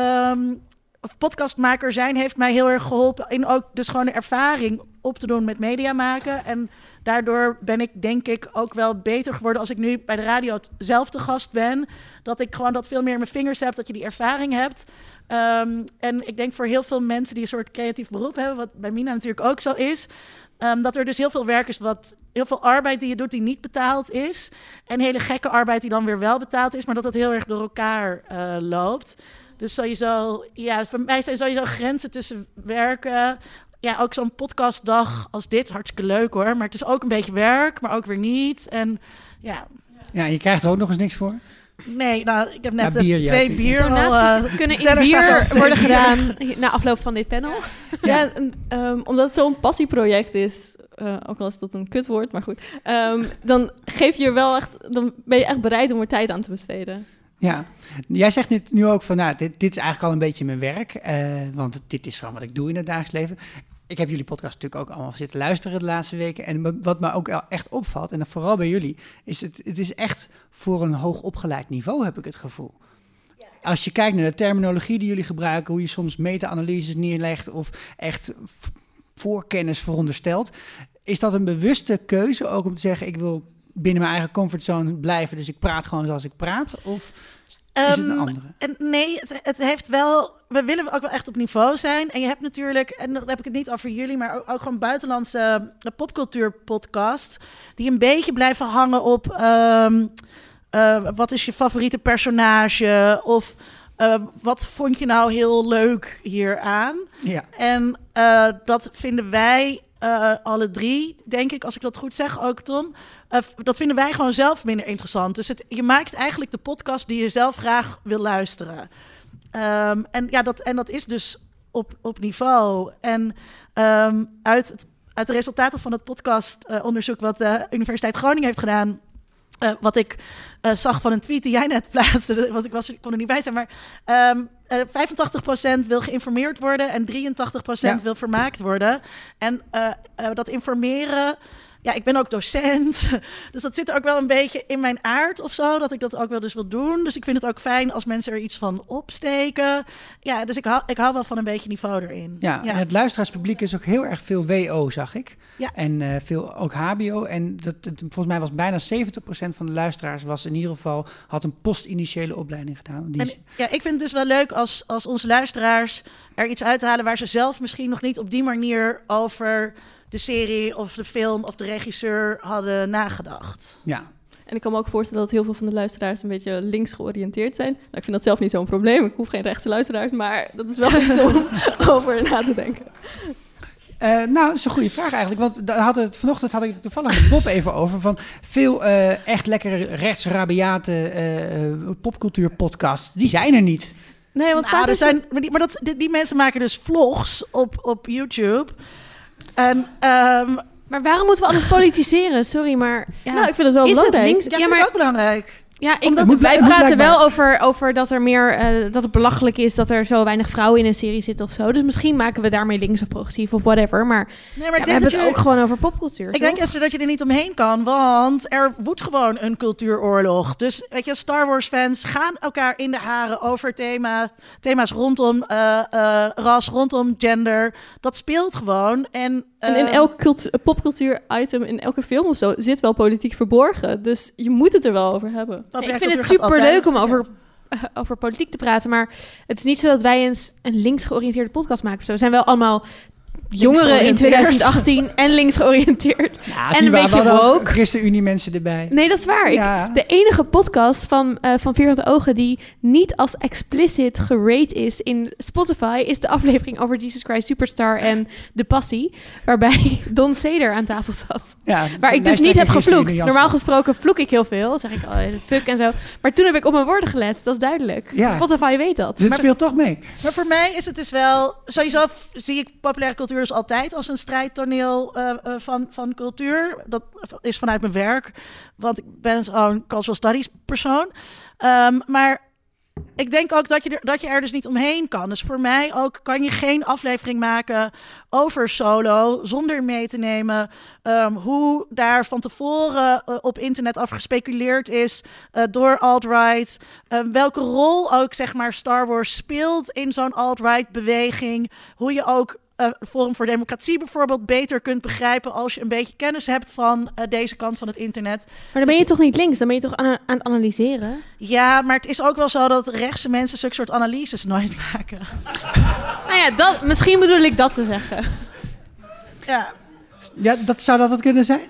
Um, of podcastmaker zijn heeft mij heel erg geholpen in ook dus gewoon de ervaring op te doen met media maken. En daardoor ben ik denk ik ook wel beter geworden als ik nu bij de radio zelf te gast ben. Dat ik gewoon dat veel meer in mijn vingers heb, dat je die ervaring hebt. Um, en ik denk voor heel veel mensen die een soort creatief beroep hebben, wat bij Mina natuurlijk ook zo is, um, dat er dus heel veel werk is, wat heel veel arbeid die je doet die niet betaald is. En hele gekke arbeid die dan weer wel betaald is, maar dat het heel erg door elkaar uh, loopt. Dus sowieso, ja, voor mij zijn sowieso grenzen tussen werken. Ja, ook zo'n podcastdag als dit, hartstikke leuk hoor. Maar het is ook een beetje werk, maar ook weer niet. En ja. Ja, en je krijgt er ook nog eens niks voor. Nee, nou, ik heb net Ja, bier, uh, ja, twee bier. bier al... Donaties uh, kunnen in teller staat bier al twee worden bier. gedaan na afloop van dit panel. Ja, en, um, omdat het zo'n passieproject is, uh, ook al is dat een kutwoord, maar goed. Um, dan geef je er wel echt, dan ben je echt bereid om er tijd aan te besteden. Ja, jij zegt nu, nu ook van, nou, dit, dit is eigenlijk al een beetje mijn werk, uh, want dit is gewoon wat ik doe in het dagelijks leven. Ik heb jullie podcast natuurlijk ook allemaal zitten luisteren de laatste weken. En wat me ook echt opvalt, en vooral bij jullie, is het, het is echt voor een hoogopgeleid niveau, heb ik het gevoel. Als je kijkt naar de terminologie die jullie gebruiken, hoe je soms meta-analyses neerlegt of echt voorkennis veronderstelt, is dat een bewuste keuze ook om te zeggen, ik wil binnen mijn eigen comfortzone blijven, dus ik praat gewoon zoals ik praat? Of is het een andere? Um, nee, het, het heeft wel... We willen ook wel echt op niveau zijn. En je hebt natuurlijk, en dan heb ik het niet over jullie, maar ook, ook gewoon buitenlandse uh, popcultuurpodcasts, die een beetje blijven hangen op um, uh, wat is je favoriete personage? Of uh, wat vond je nou heel leuk hieraan? Ja. En uh, dat vinden wij uh, alle drie, denk ik, als ik dat goed zeg, ook Tom. Uh, dat vinden wij gewoon zelf minder interessant. Dus het, je maakt eigenlijk de podcast die je zelf graag wil luisteren. Um, en, ja, dat, en dat is dus op, op niveau. En um, uit, het, uit de resultaten van het podcastonderzoek uh, wat de Universiteit Groningen heeft gedaan, uh, wat ik uh, zag van een tweet die jij net plaatste, want ik, was, ik kon er niet bij zijn, maar um, uh, vijfentachtig procent wil geïnformeerd worden en drieëntachtig procent ja. wil vermaakt worden. En uh, uh, dat informeren... Ja, ik ben ook docent, dus dat zit er ook wel een beetje in mijn aard of zo, dat ik dat ook wel dus wil doen. Dus ik vind het ook fijn als mensen er iets van opsteken. Ja, dus ik hou, ik hou wel van een beetje niveau erin. Ja, ja. En het luisteraarspubliek is ook heel erg veel W O, zag ik. Ja. En uh, veel ook H B O. En dat, het, volgens mij was bijna zeventig procent van de luisteraars was in ieder geval, had een post-initiële opleiding gedaan. Die En, is... ja, ik vind het dus wel leuk als, als onze luisteraars er iets uithalen waar ze zelf misschien nog niet op die manier over de serie of de film of de regisseur hadden nagedacht. Ja. En ik kan me ook voorstellen dat heel veel van de luisteraars een beetje links georiënteerd zijn. Nou, ik vind dat zelf niet zo'n probleem. Ik hoef geen rechtse luisteraars, maar dat is wel iets om over na te denken. Uh, nou, dat is een goede vraag eigenlijk. Want daar had het, vanochtend had ik het toevallig met Bob even over. Van veel uh, echt lekkere rechtsrabiate uh, popcultuurpodcasts, die zijn er niet. Nee, want nou, vaak er zijn, maar die, maar dat, die, die mensen maken dus vlogs op, op YouTube. En, um, maar waarom moeten we alles politiseren? Sorry, maar ja, nou, ik vind het wel is belangrijk. Het links? ja, ja, maar maar ook belangrijk. Ja, ik, Omdat wij het moet praten blijkbaar. wel over, over dat er meer uh, dat het belachelijk is dat er zo weinig vrouwen in een serie zitten of zo. Dus misschien maken we daarmee links of progressief of whatever. Maar, nee, maar ja, ik we denk hebben dat het je, ook gewoon over popcultuur. Ik toch? denk Esther dat je er niet omheen kan, want er woedt gewoon een cultuuroorlog. Dus weet je, Star Wars fans gaan elkaar in de haren over thema, thema's rondom uh, uh, ras, rondom gender. Dat speelt gewoon. En, uh, En in elk cultu- popcultuur-item, in elke film of zo, zit wel politiek verborgen. Dus je moet het er wel over hebben. Ja, ik vind het super leuk om over, uh, over politiek te praten, maar het is niet zo dat wij eens een links georiënteerde podcast maken. Zo. We zijn wel allemaal jongeren in twintig achttien en links georiënteerd. Ja, en een beetje woke. ChristenUnie mensen erbij. Nee, dat is waar. Ja. Ik, de enige podcast van, uh, van Vierkante Ogen die niet als explicit gerate is in Spotify is de aflevering over Jesus Christ Superstar en De Passie, waarbij Don Seder aan tafel zat. Ja, waar ik dus niet heb gevloekt. Normaal gesproken vloek ik heel veel. Zeg ik, oh, fuck en zo. Maar toen heb ik op mijn woorden gelet. Dat is duidelijk. Ja. Spotify weet dat. Dit Maar speelt toch mee. Maar voor mij is het dus wel... Sowieso zie ik populaire cultuur dus altijd als een strijdtoneel uh, uh, van, van cultuur. Dat is vanuit mijn werk. Want ik ben zo'n cultural studies persoon. Um, maar ik denk ook dat je, er, dat je er dus niet omheen kan. Dus voor mij ook kan je geen aflevering maken over Solo zonder mee te nemen um, hoe daar van tevoren uh, op internet over gespeculeerd is uh, door alt-right. Uh, welke rol ook zeg maar Star Wars speelt in zo'n alt-right beweging. Hoe je ook Uh, Forum voor Democratie bijvoorbeeld beter kunt begrijpen als je een beetje kennis hebt van uh, deze kant van het internet. Maar dan ben je toch niet links? Dan ben je toch aan, aan het analyseren? Ja, maar het is ook wel zo dat rechtse mensen zulke soort analyses nooit maken. Nou ja, dat, misschien bedoel ik dat te zeggen. Ja. Ja, dat zou dat het kunnen zijn?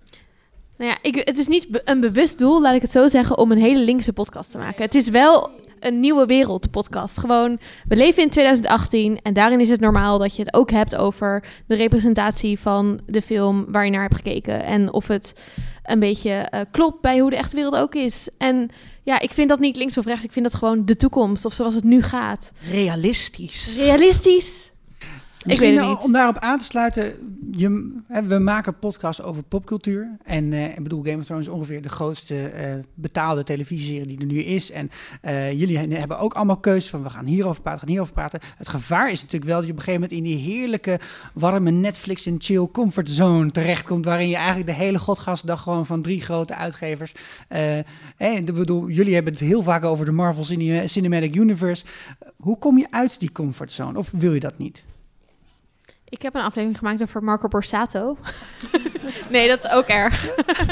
Nou ja, ik, het is niet be- een bewust doel, laat ik het zo zeggen, om een hele linkse podcast te maken. Het is wel een nieuwe wereld podcast. Gewoon, we leven in twintig achttien en daarin is het normaal dat je het ook hebt over de representatie van de film waar je naar hebt gekeken. En of het een beetje uh, klopt bij hoe de echte wereld ook is. En ja, ik vind dat niet links of rechts. Ik vind dat gewoon de toekomst of zoals het nu gaat. Realistisch. Realistisch. Misschien ik weet het niet. Om daarop aan te sluiten, je, hè, we maken podcasts over popcultuur. En uh, ik bedoel, Game of Thrones is ongeveer de grootste uh, betaalde televisieserie die er nu is. En uh, jullie hebben ook allemaal keuzes van we gaan hierover praten, we gaan hierover praten. Het gevaar is natuurlijk wel dat je op een gegeven moment in die heerlijke, warme Netflix en chill comfortzone terechtkomt, waarin je eigenlijk de hele godgasdag gewoon van drie grote uitgevers. Uh, hè, ik bedoel, jullie hebben het heel vaak over de Marvel Cine- Cinematic Universe. Hoe kom je uit die comfortzone? Of wil je dat niet? Ik heb een aflevering gemaakt over Marco Borsato. Nee, dat is ook erg.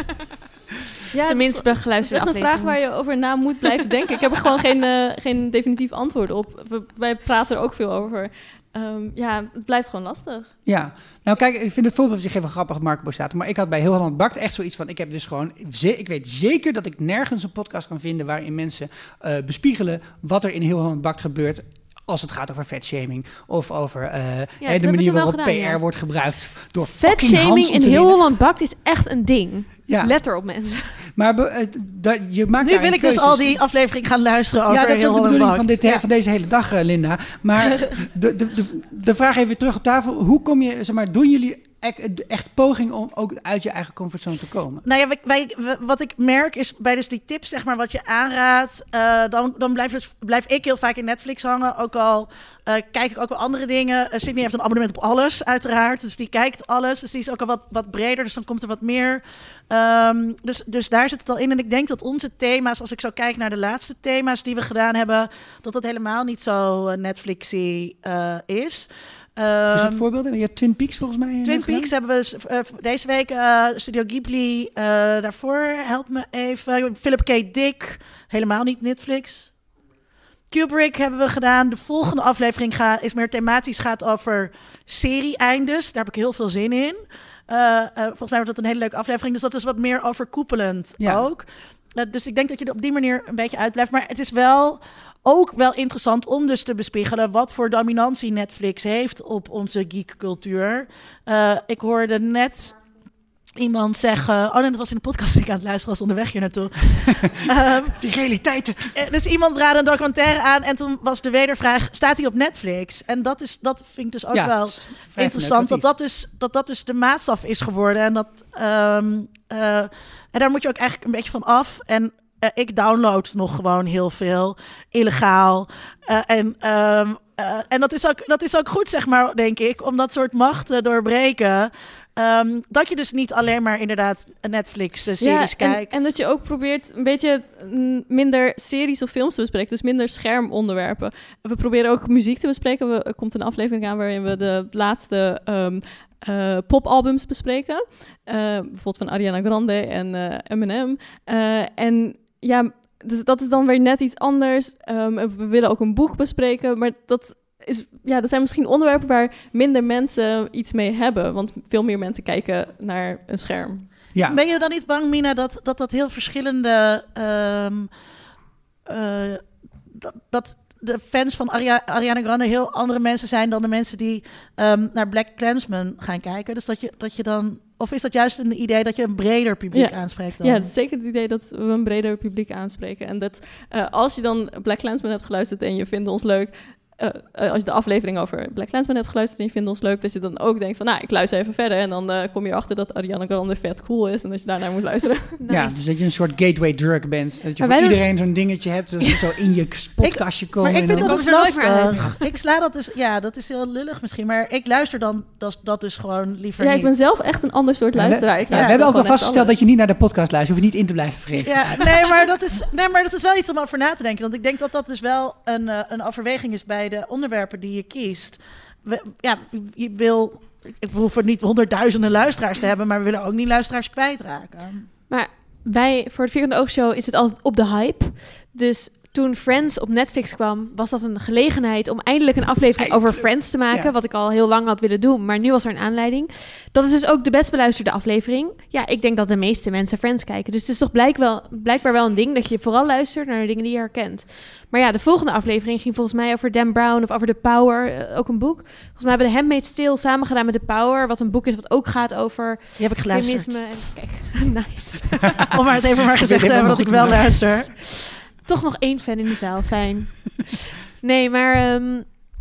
Ja, is de minst begeluisterde Het is echt een vraag waar je over na moet blijven denken. Ik heb er gewoon geen, uh, geen definitief antwoord op. We, wij praten er ook veel over. Um, ja, het blijft gewoon lastig. Ja, nou kijk, ik vind het voorbeeld dat je geeft een grappig Marco Borsato. Maar ik had bij Heel Holland Bakt echt zoiets van, ik heb dus gewoon, ze- ik weet zeker dat ik nergens een podcast kan vinden waarin mensen uh, bespiegelen wat er in Heel Holland Bakt gebeurt. Als het gaat over vetshaming of over uh, Ja, hey, de manier waarop gedaan, P R ja. wordt gebruikt door fucking Hans Vetshaming om in te Heel winnen. Holland Bakt is echt een ding. Ja. Let erop, mensen. Maar be, uh, da, je maakt Nu daar wil ik dus keuzes. al die aflevering gaan luisteren over Ja, dat is Heel ook de Holland bedoeling van, Bakt. dit, Ja. van deze hele dag, uh, Linda. Maar de, de, de, de vraag even weer terug op tafel. Hoe kom je, zeg maar, doen jullie echt, echt poging om ook uit je eigen comfortzone te komen? Nou ja, wij, wij, wat ik merk is bij dus die tips, zeg maar, wat je aanraadt, uh, dan, dan blijf, dus, blijf ik heel vaak in Netflix hangen. Ook al uh, kijk ik ook wel andere dingen. Uh, Sydney heeft een abonnement op alles, uiteraard. Dus die kijkt alles. Dus die is ook al wat, wat breder, dus dan komt er wat meer. Um, dus, dus daar zit het al in. En ik denk dat onze thema's, als ik zo kijk naar de laatste thema's die we gedaan hebben, dat dat helemaal niet zo uh, Netflixy uh, is. Um, Is dat voorbeelden? Je hebt Twin Peaks volgens mij. Twin net Peaks gedaan? hebben we uh, deze week uh, Studio Ghibli. Uh, daarvoor, help me even. Philip K. Dick, helemaal niet Netflix. Kubrick hebben we gedaan. De volgende aflevering ga, is meer thematisch, gaat over serie-eindes. Daar heb ik heel veel zin in. Uh, uh, volgens mij wordt dat een hele leuke aflevering. Dus dat is wat meer overkoepelend Ja. ook. Uh, dus ik denk dat je er op die manier een beetje uitblijft. Maar het is wel ook wel interessant om dus te bespiegelen wat voor dominantie Netflix heeft op onze geekcultuur. Uh, ik hoorde net iemand zeggen, oh nee, dat was in de podcast die ik aan het luisteren was onderweg hier naartoe. um, Die realiteiten. dus iemand raadde een documentaire aan en toen was de wedervraag, staat hij op Netflix? En dat, is, dat vind ik dus ook Ja, wel is vrij interessant, dat negatief. dat, dus, dat dat dus de maatstaf is geworden. En, dat, um, uh, en daar moet je ook eigenlijk een beetje van af. En uh, ik download nog gewoon heel veel, illegaal. Uh, en um, uh, en dat, is ook, dat is ook goed, zeg maar, denk ik, om dat soort macht te doorbreken. Um, dat je dus niet alleen maar inderdaad Netflix-series ja, kijkt. En, en dat je ook probeert een beetje mm, minder series of films te bespreken. Dus minder schermonderwerpen. We proberen ook muziek te bespreken. We, er komt een aflevering aan waarin we de laatste um, uh, popalbums bespreken. Uh, bijvoorbeeld van Ariana Grande en uh, Eminem. Uh, en ja, dus dat is dan weer net iets anders. Um, we willen ook een boek bespreken, maar dat... Is, ja, dat zijn misschien onderwerpen waar minder mensen iets mee hebben. Want veel meer mensen kijken naar een scherm. Ja. Ben je dan niet bang, Mina, dat dat, dat heel verschillende... Um, uh, dat, dat de fans van Aria- Ariana Grande heel andere mensen zijn dan de mensen die um, naar Black Klansman gaan kijken? Dus dat je, dat je dan... Of is dat juist een idee dat je een breder publiek Ja. aanspreekt dan? Ja, het is zeker het idee dat we een breder publiek aanspreken. En dat uh, als je dan Black Klansman hebt geluisterd en je vindt ons leuk... Uh, uh, als je de aflevering over Black Klansman hebt geluisterd en je vindt ons leuk, dat je dan ook denkt van, nou, ik luister even verder en dan uh, kom je erachter dat Ariana Grande vet cool is en dat je daarnaar moet luisteren. Nice. Ja, dus dat je een soort gateway drug bent. Dat je Maar voor wij doen- iedereen zo'n dingetje hebt, dat ze zo in je podcastje komen. Maar ik en vind dan- dat dan dus komen ze er nooit meer lastig. Ik sla dat dus... Ja, dat is heel lullig misschien. Maar ik luister dan dat, dat dus gewoon liever Ja, niet. ik ben zelf echt een ander soort Ja, we- luisteraar. Ik ja, we luister hebben ook al gewoon echt vastgesteld dat alles. je niet naar de podcast luistert. Je hoeft niet in te blijven vreten. Ja, nee maar, dat is, nee, maar dat is wel iets om over na te denken. Want ik denk dat dat dus wel een, uh, een overweging is bij de onderwerpen die je kiest. We, ja, je wil... Ik hoef er niet honderdduizenden luisteraars te hebben, maar we willen ook niet luisteraars kwijtraken. Maar wij, voor de Vierkante Oogshow is het altijd op de hype. Dus toen Friends op Netflix kwam, was dat een gelegenheid om eindelijk een aflevering over Friends te maken. Ja. Wat ik al heel lang had willen doen, maar nu was er een aanleiding. Dat is dus ook de best beluisterde aflevering. Ja, ik denk dat de meeste mensen Friends kijken. Dus het is toch blijk wel, blijkbaar wel een ding dat je vooral luistert naar de dingen die je herkent. Maar ja, de volgende aflevering ging volgens mij over Dan Brown of over The Power, uh, ook een boek. Volgens mij hebben de Handmaid's Tale samen gedaan met The Power, wat een boek is wat ook gaat over Die heb ik geluisterd. feminisme. En, kijk, nice. Om maar het even maar gezegd te hebben dat ik wel luister. Toch nog één fan in de zaal, fijn. Nee, maar um,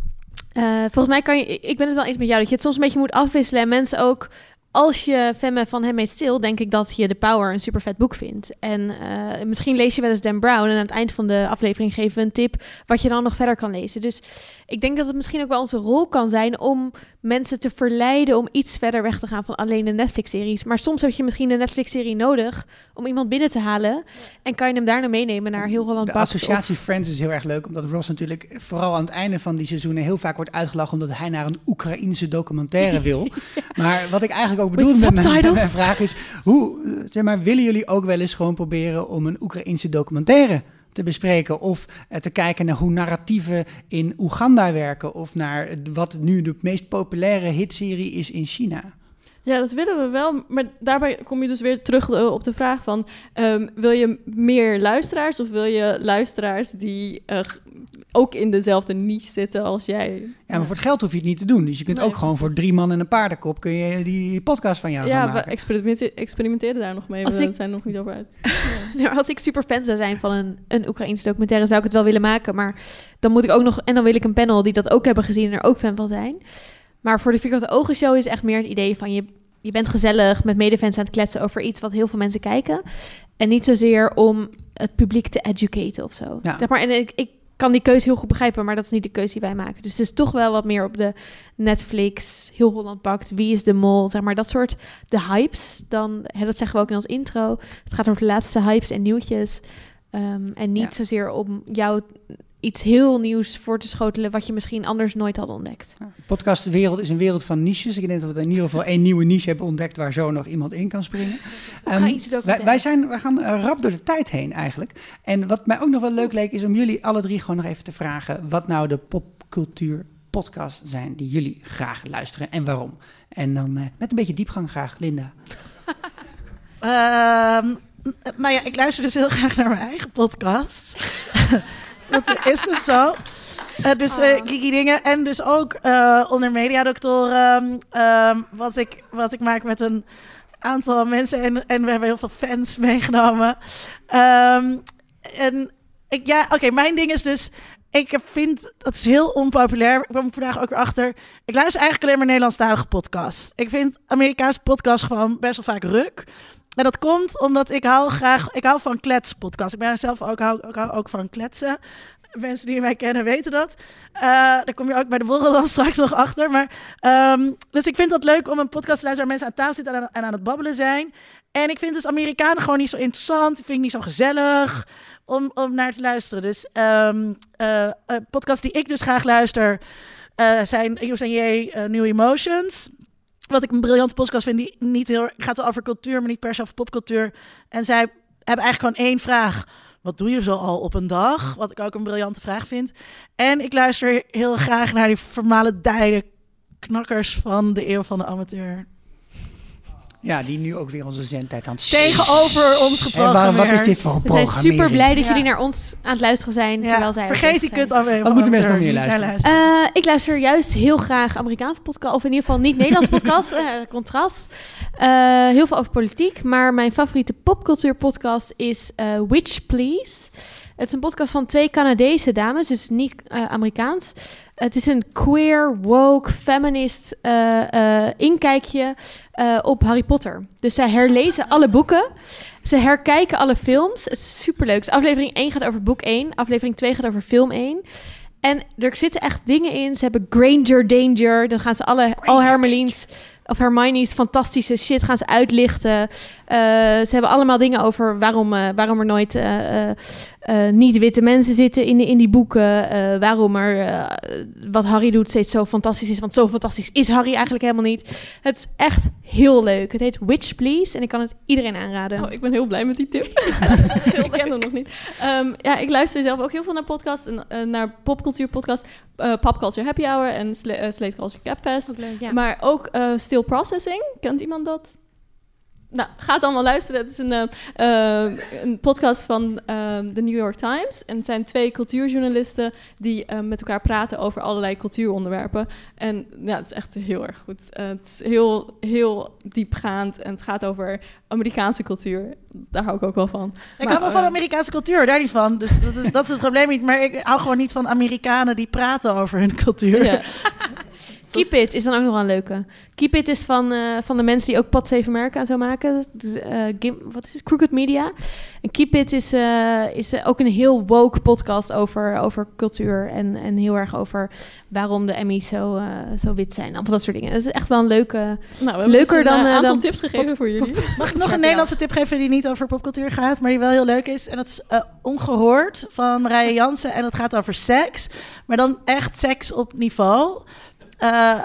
uh, volgens mij kan je... Ik ben het wel eens met jou, dat je het soms een beetje moet afwisselen. En mensen ook... Als je fan bent van Handmaid's Tale, denk ik dat je The Power een super vet boek vindt. En uh, misschien lees je wel eens Dan Brown en aan het eind van de aflevering geven we een tip wat je dan nog verder kan lezen. Dus ik denk dat het misschien ook wel onze rol kan zijn om mensen te verleiden om iets verder weg te gaan van alleen de Netflix-series. Maar soms heb je misschien een Netflix-serie nodig om iemand binnen te halen en kan je hem daarna meenemen naar heel Holland Bakt. De associatie of... Friends is heel erg leuk, omdat Ross natuurlijk vooral aan het einde van die seizoenen heel vaak wordt uitgelachen omdat hij naar een Oekraïense documentaire wil. Ja. Maar wat ik eigenlijk ook bedoel met mijn, met mijn vraag is, hoe, zeg maar, willen jullie ook wel eens gewoon proberen om een Oekraïense documentaire te bespreken of uh, te kijken naar hoe narratieven in Oeganda werken of naar wat nu de meest populaire hitserie is in China? Ja, dat willen we wel, maar daarbij kom je dus weer terug uh, op de vraag van, um, wil je meer luisteraars of wil je luisteraars die uh, ook in dezelfde niche zitten als jij? Ja, maar voor het geld hoef je het niet te doen. Dus je kunt nee, ook gewoon voor drie man en een paardenkop kun je die podcast van jou ja, gaan maken. Ja, we experimente- experimenteren daar nog mee, we ik... zijn er nog niet over uit. Ja. Nou, als ik super fan zou zijn van een, een Oekraïense documentaire, zou ik het wel willen maken, maar dan moet ik ook nog, en dan wil ik een panel die dat ook hebben gezien en er ook fan van zijn. Maar voor de Vierkante Ogen Show is echt meer het idee van je, je bent gezellig met medefans aan het kletsen over iets wat heel veel mensen kijken. En niet zozeer om het publiek te educaten of zo. Ja. Zeg maar, en ik, ik kan die keuze heel goed begrijpen, maar dat is niet de keuze die wij maken. Dus het is toch wel wat meer op de Netflix, Heel Holland Bakt, Wie is de Mol, zeg maar dat soort de hypes. Dan, hè, dat zeggen we ook in ons intro. Het gaat over de laatste hypes en nieuwtjes. Um, en niet ja. zozeer om jou iets heel nieuws voor te schotelen wat je misschien anders nooit had ontdekt. Ja, de podcastwereld is een wereld van niches. Ik denk dat we in ieder geval één nieuwe niche hebben ontdekt waar zo nog iemand in kan springen. Um, wij, wij, zijn, wij gaan uh, rap door de tijd heen eigenlijk. En wat mij ook nog wel leuk leek is om jullie alle drie gewoon nog even te vragen wat nou de popcultuur podcasts zijn die jullie graag luisteren en waarom. En dan uh, met een beetje diepgang graag, Linda. um, nou ja, ik luister dus heel graag naar mijn eigen podcast. Dat is dus zo. Uh, dus uh, geeky dingen. En dus ook uh, onder Mediadoktoren. Um, wat, ik, wat ik maak met een aantal mensen. En, en we hebben heel veel fans meegenomen. Um, en ik, ja, oké, okay, mijn ding is dus... Ik vind, dat is heel onpopulair. Ik kwam vandaag ook weer achter. Ik luister eigenlijk alleen maar Nederlandstalige podcasts. Ik vind Amerikaanse podcasts gewoon best wel vaak ruk. En dat komt omdat ik hou graag... Ik hou van kletspodcasts. Ik ben zelf ook, hou, ik hou ook van kletsen. Mensen die mij kennen weten dat. Uh, daar kom je ook bij de borrel dan straks nog achter. Maar, um, dus ik vind het leuk om een podcast te luisteren waar mensen aan tafel zitten en aan, en aan het babbelen zijn. En ik vind dus Amerikanen gewoon niet zo interessant. Ik vind het niet zo gezellig om, om naar te luisteren. Dus um, uh, uh, podcasts die ik dus graag luister uh, zijn Yus en J, uh, New Emotions. Wat ik een briljante podcast vind, die niet heel... gaat wel over cultuur, maar niet per se over popcultuur. En zij hebben eigenlijk gewoon één vraag. Wat doe je zo al op een dag? Wat ik ook een briljante vraag vind. En ik luister heel graag naar die vermalendijde knakkers van de Eeuw van de Amateur. Ja, die nu ook weer onze zendtijd aan het tegenover ons geprogrammeerd. Wat is dit voor een We zijn super blij dat ja. jullie naar ons aan het luisteren zijn. Ja, terwijl zij vergeet die kut alweer. Wat moeten mensen nog meer luisteren? luisteren? Uh, ik luister juist heel graag Amerikaanse podcast, of in ieder geval niet Nederlands podcast. uh, contrast. Uh, heel veel over politiek, maar mijn favoriete popcultuur podcast is uh, Witch Please. Het is een podcast van twee Canadese dames, dus niet uh, Amerikaans. Het is een queer, woke, feminist uh, uh, inkijkje uh, op Harry Potter. Dus zij herlezen alle boeken. Ze herkijken alle films. Het is superleuk. Dus aflevering één gaat over boek één. Aflevering twee gaat over film één. En er zitten echt dingen in. Ze hebben Granger Danger. Dan gaan ze alle, Granger al Hermelines... of Hermione's fantastische shit gaan ze uitlichten. Uh, ze hebben allemaal dingen over waarom, uh, waarom er nooit uh, uh, uh, niet-witte mensen zitten in, in die boeken. Uh, waarom er uh, wat Harry doet steeds zo fantastisch is. Want zo fantastisch is Harry eigenlijk helemaal niet. Het is echt heel leuk. Het heet Witch Please en ik kan het iedereen aanraden. Oh, ik ben heel blij met die tip. Ik ken hem nog niet. Um, ja, ik luister zelf ook heel veel naar podcasts. En, uh, naar popcultuurpodcast. Uh, Pop Culture Happy Hour en Sla- uh, Slate Culture Capfest. Leuk, ja. Maar ook uh, Still Processing. Kent iemand dat? Nou, ga het allemaal luisteren. Het is een, uh, uh, een podcast van uh, de New York Times. En het zijn twee cultuurjournalisten die uh, met elkaar praten over allerlei cultuuronderwerpen. En ja, het is echt heel erg goed. Uh, het is heel, heel diepgaand en het gaat over Amerikaanse cultuur. Daar hou ik ook wel van. Ik maar, hou wel van uh, Amerikaanse cultuur, daar niet van. Dus dat is, dat is het probleem niet. Maar ik hou gewoon niet van Amerikanen die praten over hun cultuur. Ja. Keep It is dan ook nog wel een leuke. Keep It is van, uh, van de mensen die ook Pod Save America en zo maken. Dus, uh, Gim, wat is het? Crooked Media. En Keep It is, uh, is uh, ook een heel woke podcast over, over cultuur. En, en heel erg over waarom de Emmys zo, uh, zo wit zijn. Allemaal dat soort dingen. Dat is echt wel een leuke... Nou, we hebben leuker dus een dan, uh, uh, aantal dan tips gegeven pod, voor jullie. Pod, Mag ik nog een Nederlandse tip geven die niet over popcultuur gaat, maar die wel heel leuk is? En dat is uh, Ongehoord van Marije Jansen. En dat gaat over seks. Maar dan echt seks op niveau. Uh,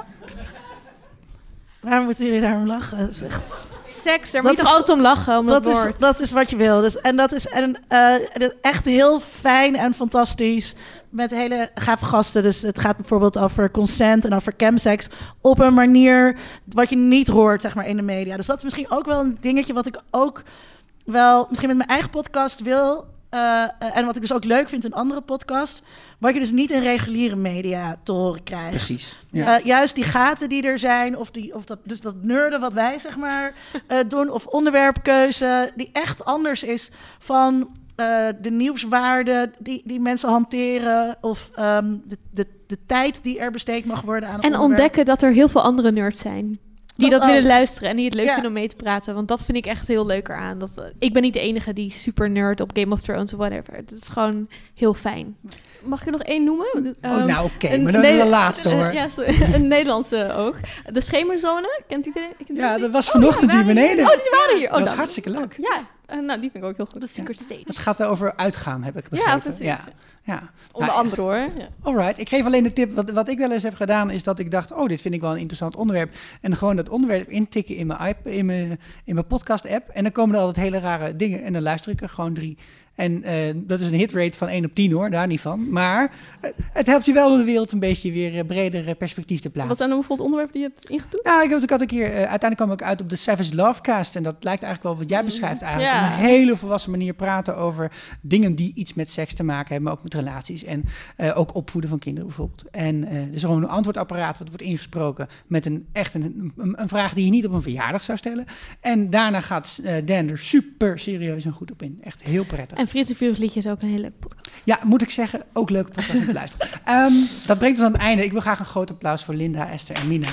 Waarom moeten jullie daarom lachen? Dat is echt... Seks, daar Dat moet je is- toch altijd om lachen, om dat, Dat is, woord. dat is wat je wil. Dus, en dat is en, uh, dat is echt heel fijn en fantastisch. Met hele gave gasten. Dus het gaat bijvoorbeeld over consent en over chemsex. Op een manier wat je niet hoort, zeg maar, in de media. Dus dat is misschien ook wel een dingetje wat ik ook wel misschien met mijn eigen podcast wil. Uh, uh, en wat ik dus ook leuk vind in andere podcast. Wat je dus niet in reguliere media te horen krijgt. Precies. Ja. Uh, juist die gaten die er zijn, of, die, of dat, dus dat nerden wat wij zeg maar uh, doen, of onderwerpkeuze die echt anders is van uh, de nieuwswaarde die, die mensen hanteren, of um, de, de, de tijd die er besteed mag worden aan een En onderwerp. ontdekken dat er heel veel andere nerds zijn. Die dat, Dat willen ook. luisteren en die het leuk Ja. vinden om mee te praten. Want dat vind ik echt heel leuk eraan. Dat, uh, ik ben niet de enige die super nerd op Game of Thrones of whatever. Het is gewoon heel fijn. Mag ik er nog één noemen? Oh, Um, nou oké, een maar dat is Ne- de laatste een- hoor. Ja, sorry, een Nederlandse ook. De Schemerzone, kent iedereen? Kent Ja, iedereen? dat was vanochtend hier beneden. Oh, die waren hier. Oh, Dat was nou, hartstikke leuk. Ja, uh, nou, die vind ik ook heel goed. De Secret Stage. Het gaat over uitgaan, heb ik begrepen. Ja, precies. Ja, ja. Onder Nou, andere hoor. Ja. Alright, ik geef alleen de tip. Wat, wat ik wel eens heb gedaan, is dat ik dacht, oh, dit vind ik wel een interessant onderwerp. En gewoon dat onderwerp intikken in mijn, iP- in mijn, in mijn podcast-app. En dan komen er altijd hele rare dingen. En dan luister ik er gewoon drie. En uh, dat is een hitrate van één op tien hoor, daar niet van. Maar uh, het helpt je wel om de wereld een beetje weer uh, breder uh, perspectief te plaatsen. Wat zijn dan bijvoorbeeld onderwerpen die je hebt ingetoet? Ja, ik, had- ik had een keer, uh, uiteindelijk kwam ik uit op de Savage Lovecast. En dat lijkt eigenlijk wel wat jij beschrijft eigenlijk. Ja. Op een hele volwassen manier praten over dingen die iets met seks te maken hebben. Maar ook met relaties. En uh, ook opvoeden van kinderen bijvoorbeeld. En uh, er is gewoon een antwoordapparaat wat wordt ingesproken met een echt een, een, een vraag die je niet op een verjaardag zou stellen. En daarna gaat uh, Dan er super serieus en goed op in. Echt heel prettig. En Frits en Vurig liedje is ook een hele leuke podcast. Ja, moet ik zeggen, ook leuke podcast om te luisteren. Um, dat brengt ons aan het einde. Ik wil graag een groot applaus voor Linda, Esther en Mina.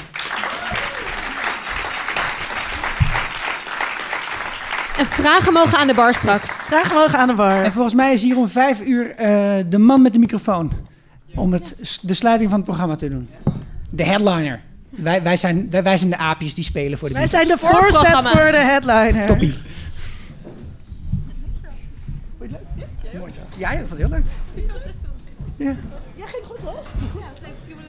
En vragen mogen aan de bar straks. Graag mogen aan de bar. En volgens mij is hier om vijf uur uh, de man met de microfoon. Om het, de sluiting van het programma te doen. De headliner. Wij, wij, zijn, wij zijn de aapjes die spelen voor de Wij microfoon. zijn de voorzet Voorprogramma. voor de headliner. Toppie. Vond je het leuk? Mooi zo. Ja, ik vond het heel leuk. Ja. Ja, ging goed hoor.